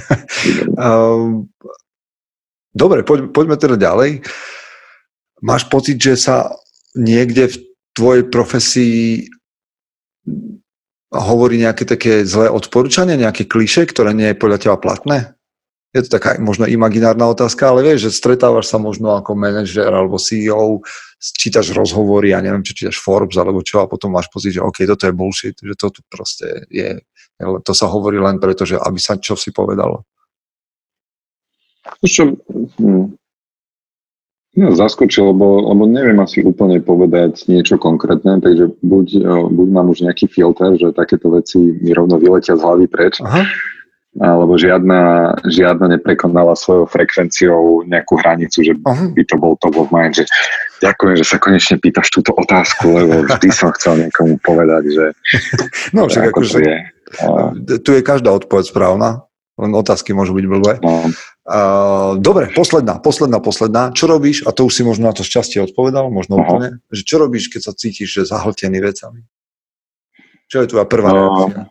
Dobre, poďme teda ďalej. Máš pocit, že sa niekde v tvojej profesii hovorí nejaké také zlé odporúčanie, nejaké klišé, ktoré nie je podľa teba platné? Je to taká možno imaginárna otázka, ale vieš, že stretávaš sa možno ako manažer alebo CEO, čítaš rozhovory, ja neviem, čo čítaš Forbes alebo čo a potom máš pocit, že OK, toto je bullshit, že to tu proste je, to sa hovorí len preto, že aby sa čo si povedalo.
Zaskočil, lebo neviem asi úplne povedať niečo konkrétne, takže buď mám už nejaký filter, že takéto veci mi rovno vyletia z hlavy preč, alebo žiadna neprekonala svojou frekvenciou nejakú hranicu, že by to bol top of mind, že Ďakujem, že sa konečne pýtaš túto otázku, lebo vždy som chcel niekomu povedať, že
No však
ako to
akože,
je.
tu je každá odpoveď správna, len otázky môžu byť blbé.
No,
Dobre, posledná. Čo robíš, a to už si možno na to šťastie odpovedal, možno úplne, že čo robíš, keď sa cítiš, že zahltený vecami? Čo je tvoja prvá reakcia?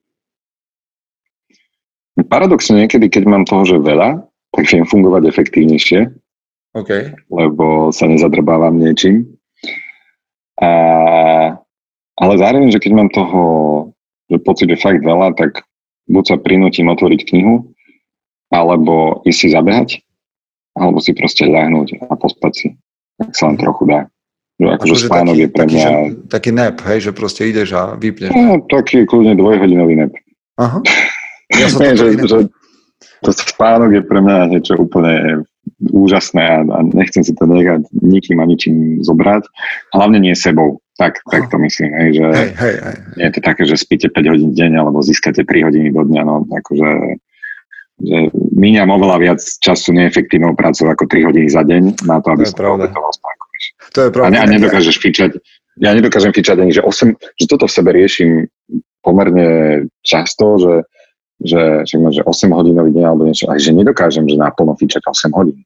paradoxne niekedy, keď mám toho, že veľa, tak viem fungovať efektívnejšie,
OK.
lebo sa nezadrbávam niečím. Ale zároveň, že keď mám toho, že pocit, že fakt veľa, tak buď sa prinútim otvoriť knihu, alebo ísť si zabehať, alebo si proste ľahnúť a pospať si. Tak sa len trochu dá. Že akože spánok je pre mňa...
Taký nap, hej, že proste ideš a vypneš.
No, taký kľudne 2-hodinový nap.
Aha. Ja som
Nie,
to
že spánok je pre mňa niečo úplne úžasné a nechcem si to nechať nikým a ničím zobrať. Hlavne nie sebou. Tak to myslím. Hej, že
hej.
nie je to také, že spíte 5 hodín deň alebo získate 3 hodiny do dňa. No, akože že míňam oveľa viac času neefektívnou prácou ako 3 hodiny za deň na to, aby som to obetoval spánku.
To je pravda.
A nedokážeš fičať. Ja nedokážem fičať ani, že toto v sebe riešim pomerne často, že 8 hodinový deň alebo niečo, aj že nedokážem, že naplno fičať 8 hodín.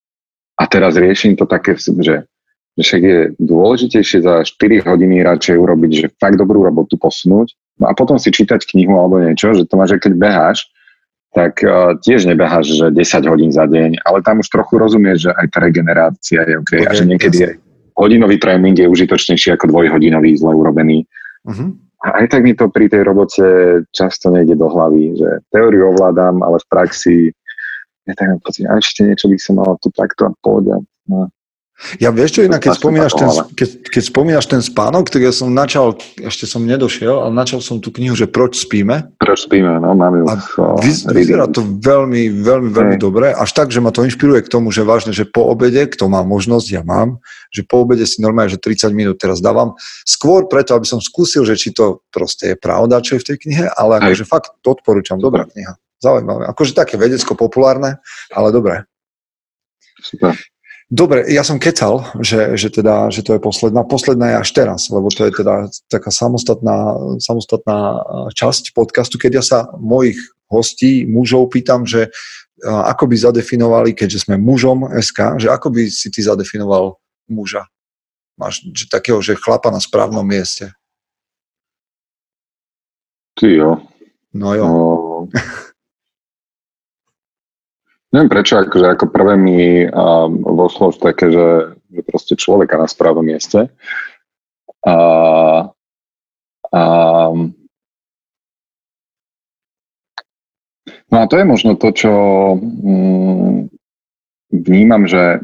A teraz riešim to také, že však je dôležitejšie za 4 hodiny radšej urobiť, že fakt dobrú robotu posunúť, no a potom si čítať knihu alebo niečo, že to máš, že keď beháš, tak tiež nebeháš, že 10 hodín za deň, ale tam už trochu rozumieš, že aj tá regenerácia je OK, a že niekedy je hodinový tréning je užitočnejší ako 2-hodinový zle urobený. Uh-huh. A aj tak mi to pri tej robote často nejde do hlavy, že teóriu ovládam, ale v praxi ja tak mám pocit, a ešte niečo by som mal tu takto povedať. No.
Ja vieš čo inak, keď spomínaš ten spánok, tak ja som ešte som nedošiel, ale načal som tú knihu, že Proč spíme.
Proč spíme, no mám ju.
Vyzerá to veľmi, veľmi, veľmi dobre, až tak, že ma to inšpiruje k tomu, že vážne, že po obede, kto má možnosť, ja mám, že po obede si normálne, že 30 minút teraz dávam, skôr preto, aby som skúsil, že či to proste je pravda, čo je v tej knihe, ale akože fakt to odporúčam, dobrá kniha. Zaujímavé. Akože také vedecko-populárne, ale dobré.
Super.
Dobre, ja som kecal, že to je posledná. Posledná je až teraz, lebo to je teda taká samostatná časť podcastu, keď ja sa mojich hostí, mužov pýtam, že ako by zadefinovali, keďže sme mužom SK, že ako by si ty zadefinoval muža? Máš takého, že chlapa na správnom mieste.
Ty jo.
No jo.
Neviem prečo, akože ako prvé mi vošlo už také, že proste človeka na správnom mieste. No a to je možno to, čo vnímam, že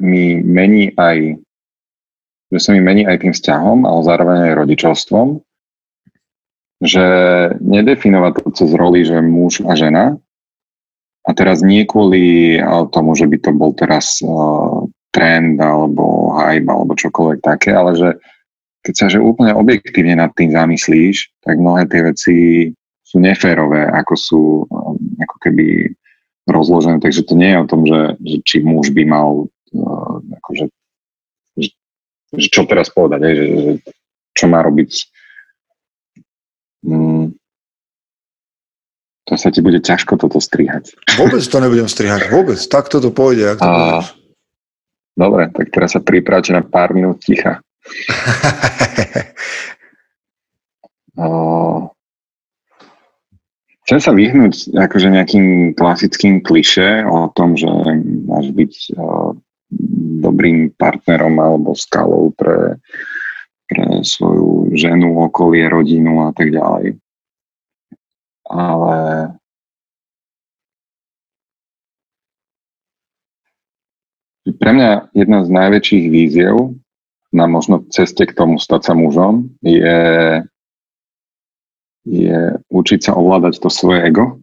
sa mi mení aj tým vzťahom, ale zároveň aj rodičovstvom, že nedefinovať to cez roli, že muž a žena. A teraz nie kvôli tomu, že by to bol teraz trend alebo hype alebo čokoľvek také, ale že keď sa že úplne objektívne nad tým zamyslíš, tak mnohé tie veci sú neférové, ako sú ako keby rozložené. Takže to nie je o tom, že či muž by mal akože, že čo teraz povedať, že čo má robiť. To sa ti bude ťažko toto strihať.
Vôbec to nebudem strihať, vôbec. Tak toto pôjde, ak to budeš.
Dobre, tak teraz sa pripravte na pár minút ticha. Chcem sa vyhnúť akože nejakým klasickým klišé o tom, že máš byť dobrým partnerom alebo skalou pre svoju ženu, okolie, rodinu a tak ďalej. Ale pre mňa jedna z najväčších víziev na možno ceste k tomu stať sa mužom je učiť sa ovládať to svoje ego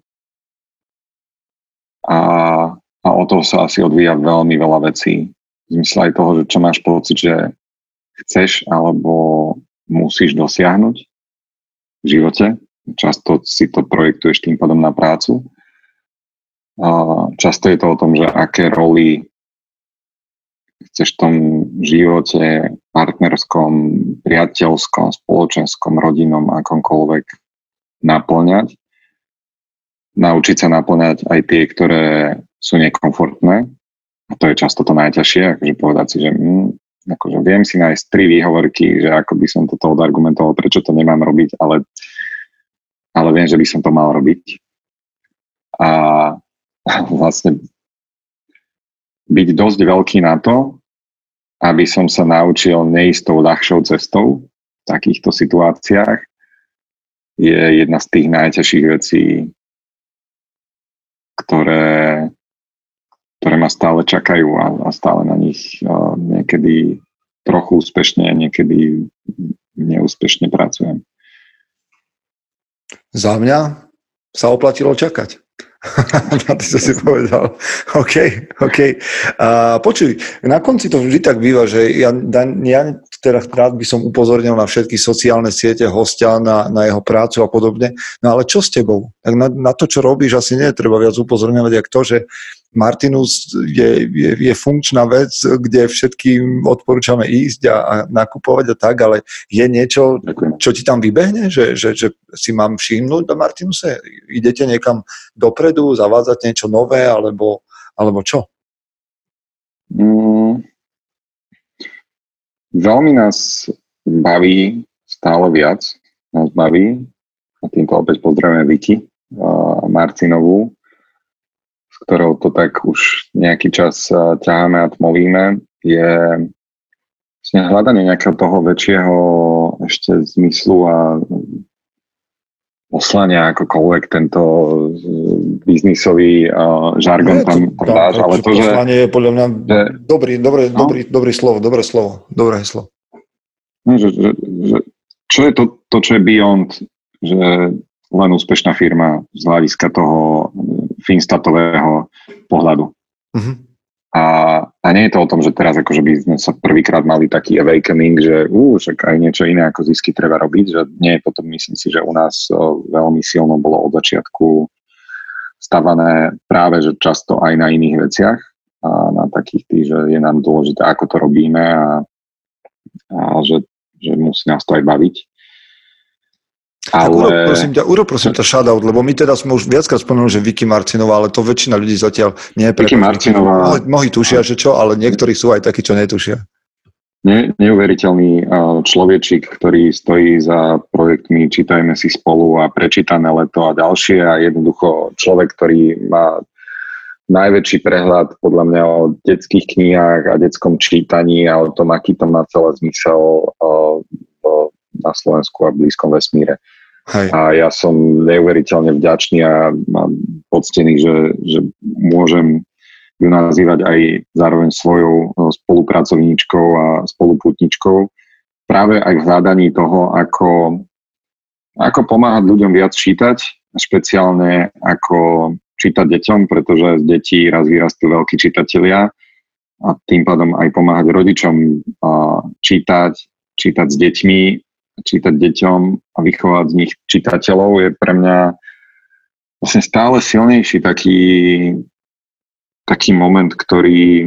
a od toho sa asi odvíja veľmi veľa vecí. V zmysle aj toho, že čo máš pocit, že chceš alebo musíš dosiahnuť v živote. Často si to projektuješ tým pádom na prácu. Často je to o tom, že aké roly chceš v tom živote partnerskom, priateľskom, spoločenskom, rodinnom, akomkoľvek naplňať. Naučiť sa naplňať aj tie, ktoré sú nekomfortné. A to je často to najťažšie, akože povedať si, že akože viem si nájsť 3 výhovorky, že ako by som toto odargumentoval, prečo to nemám robiť, ale viem, že by som to mal robiť. A vlastne byť dosť veľký na to, aby som sa naučil neísť tou ľahšou cestou v takýchto situáciách, je jedna z tých najťažších vecí, ktoré ma stále čakajú a stále na nich niekedy trochu úspešne, niekedy neúspešne pracujem.
Za mňa sa oplatilo čakať. Ty si povedal. OK. Počuj, na konci to vždy tak býva, že ja teraz rád by som upozornil na všetky sociálne siete hostia, na jeho prácu a podobne. No ale čo s tebou? Tak na to, čo robíš, asi nie je treba viac upozorňovať, jak to, že Martinus je funkčná vec, kde všetkým odporúčame ísť a nakupovať a tak, ale je niečo, čo ti tam vybehne, že si mám všimnúť na Martinuse? Idete niekam dopredu, zavádzať niečo nové, alebo čo?
Veľmi nás baví, stále viac nás baví, a týmto opäť pozdravujeme Viki Marcinovú, ktorou to tak už nejaký čas ťaháme a tmolíme, je vlastne hľadanie nejakého toho väčšieho ešte zmyslu a poslania, akokoľvek tento biznisový žargon tam dáš, ale to, že...
Poslanie je podľa mňa dobré slovo.
No, čo je to, čo je beyond, že len úspešná firma z hľadiska toho finstatového pohľadu. Uh-huh. A nie je to o tom, že teraz akože by sme sa prvýkrát mali taký awakening, že však aj niečo iné ako zisky treba robiť, že nie je potom, myslím si, že u nás veľmi silno bolo od začiatku stavané práve, že často aj na iných veciach a na takých tých, že je nám dôležité, ako to robíme a že musí nás to aj baviť.
Ale... Urob prosím ťa shoutout, lebo my teda sme už viackrát spomenuli, že Viki Marcinová, ale to väčšina ľudí zatiaľ nie je
Viki Marcinová.
Mnohí tušia, že čo, ale niektorí sú aj takí, čo netušia.
Neuveriteľný človečik, ktorý stojí za projektmi Čítajme si spolu a Prečítané leto a ďalšie a jednoducho človek, ktorý má najväčší prehľad podľa mňa o detských knihách a detskom čítaní a o tom, aký to má celé zmysel na Slovensku a blízkom vesmíre.
Hej.
A ja som neuveriteľne vďačný a poctený, že môžem ju nazývať aj zároveň svojou spolupracovníčkou a spoluputničkou práve aj v hľadaní toho, ako pomáhať ľuďom viac čítať, špeciálne ako čítať deťom, pretože z detí raz vyrastú veľkí čitatelia a tým pádom aj pomáhať rodičom čítať s deťmi, čítať deťom a vychovať z nich čitateľov je pre mňa vlastne stále silnejší taký moment, ktorý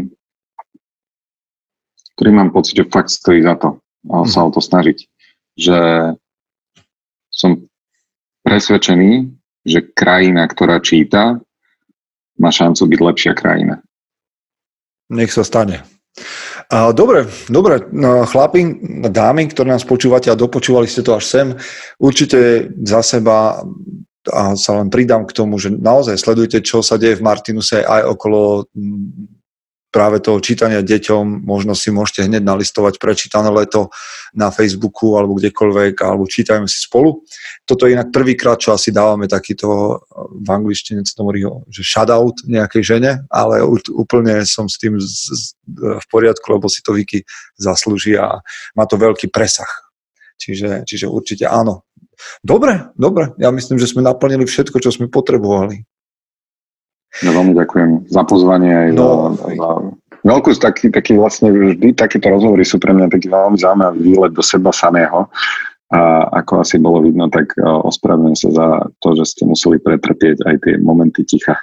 mám pocit, že fakt stojí za to sa o to snažiť. Že som presvedčený, že krajina, ktorá číta, má šancu byť lepšia krajina.
Nech sa stane. Dobre, chlapi, dámy, ktoré nás počúvate a dopočúvali ste to až sem, určite za seba a sa len pridám k tomu, že naozaj sledujte, čo sa deje v Martinuse aj okolo práve toho čítania deťom. Možno si môžete hneď nalistovať Prečítané leto na Facebooku alebo kdekoľvek, alebo Čítajme si spolu. Toto je inak prvýkrát, čo asi dávame takýto v angličtine, že shoutout nejakej žene, ale úplne som s tým v poriadku, lebo si to Viki zaslúži a má to veľký presah. Čiže určite áno. Dobre. Ja myslím, že sme naplnili všetko, čo sme potrebovali.
No, veľmi ďakujem za pozvanie aj za veľkú, taký vlastne vždy takéto rozhovory sú pre mňa taký veľmi zaujímavý výlet do seba samého a ako asi bolo vidno, tak ospravedlňujem sa za to, že ste museli pretrpieť aj tie momenty ticha.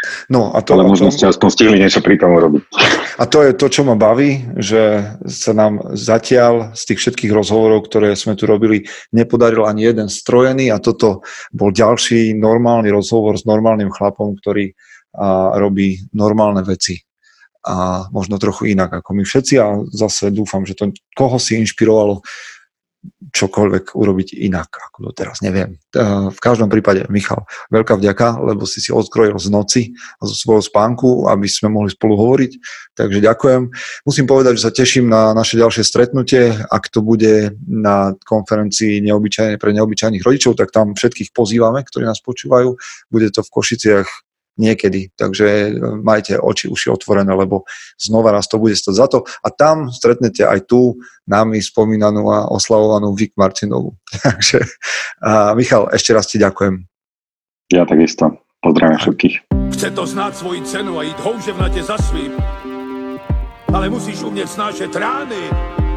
No, a to,
Ale možno ste aspoň stihli niečo pri tom urobiť.
A to je to, čo ma baví, že sa nám zatiaľ z tých všetkých rozhovorov, ktoré sme tu robili, nepodaril ani jeden strojený a toto bol ďalší normálny rozhovor s normálnym chlapom, ktorý robí normálne veci. A možno trochu inak ako my všetci a zase dúfam, že to koho si inšpirovalo čokoľvek urobiť inak ako doteraz, neviem. V každom prípade, Michal, veľká vďaka, lebo si odkrojil z noci a zo svojho spánku, aby sme mohli spolu hovoriť, takže ďakujem. Musím povedať, že sa teším na naše ďalšie stretnutie, ak to bude na konferencii pre neobyčajných rodičov, tak tam všetkých pozývame, ktorí nás počúvajú, bude to v Košiciach niekedy, takže majte oči, uši otvorené, lebo znova nás to bude stať za to a tam stretnete aj tú nami spomínanú a oslavovanú Vik Martinovú. Takže Michal, ešte raz ti ďakujem.
Ja takisto. Pozdravím všetkých.
Chce to znát svoji cenu a jít houževnatě za svým. Ale musíš umět snášet rány.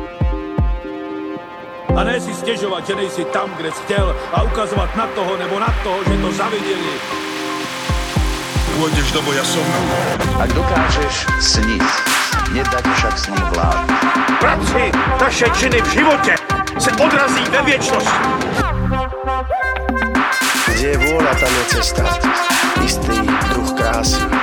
A ne si stěžovat, že nejsi tam, kde jsi chtěl a ukazovat na toho nebo na toho, že to zaviděli. Pôjdeš do boja som.
Ak dokážeš sniť, nedať však snom vlád.
Práci, taše činy v životě se odrazí ve věčnosti.
Kde je vôľa, tam je cesta. Istý druh krásy.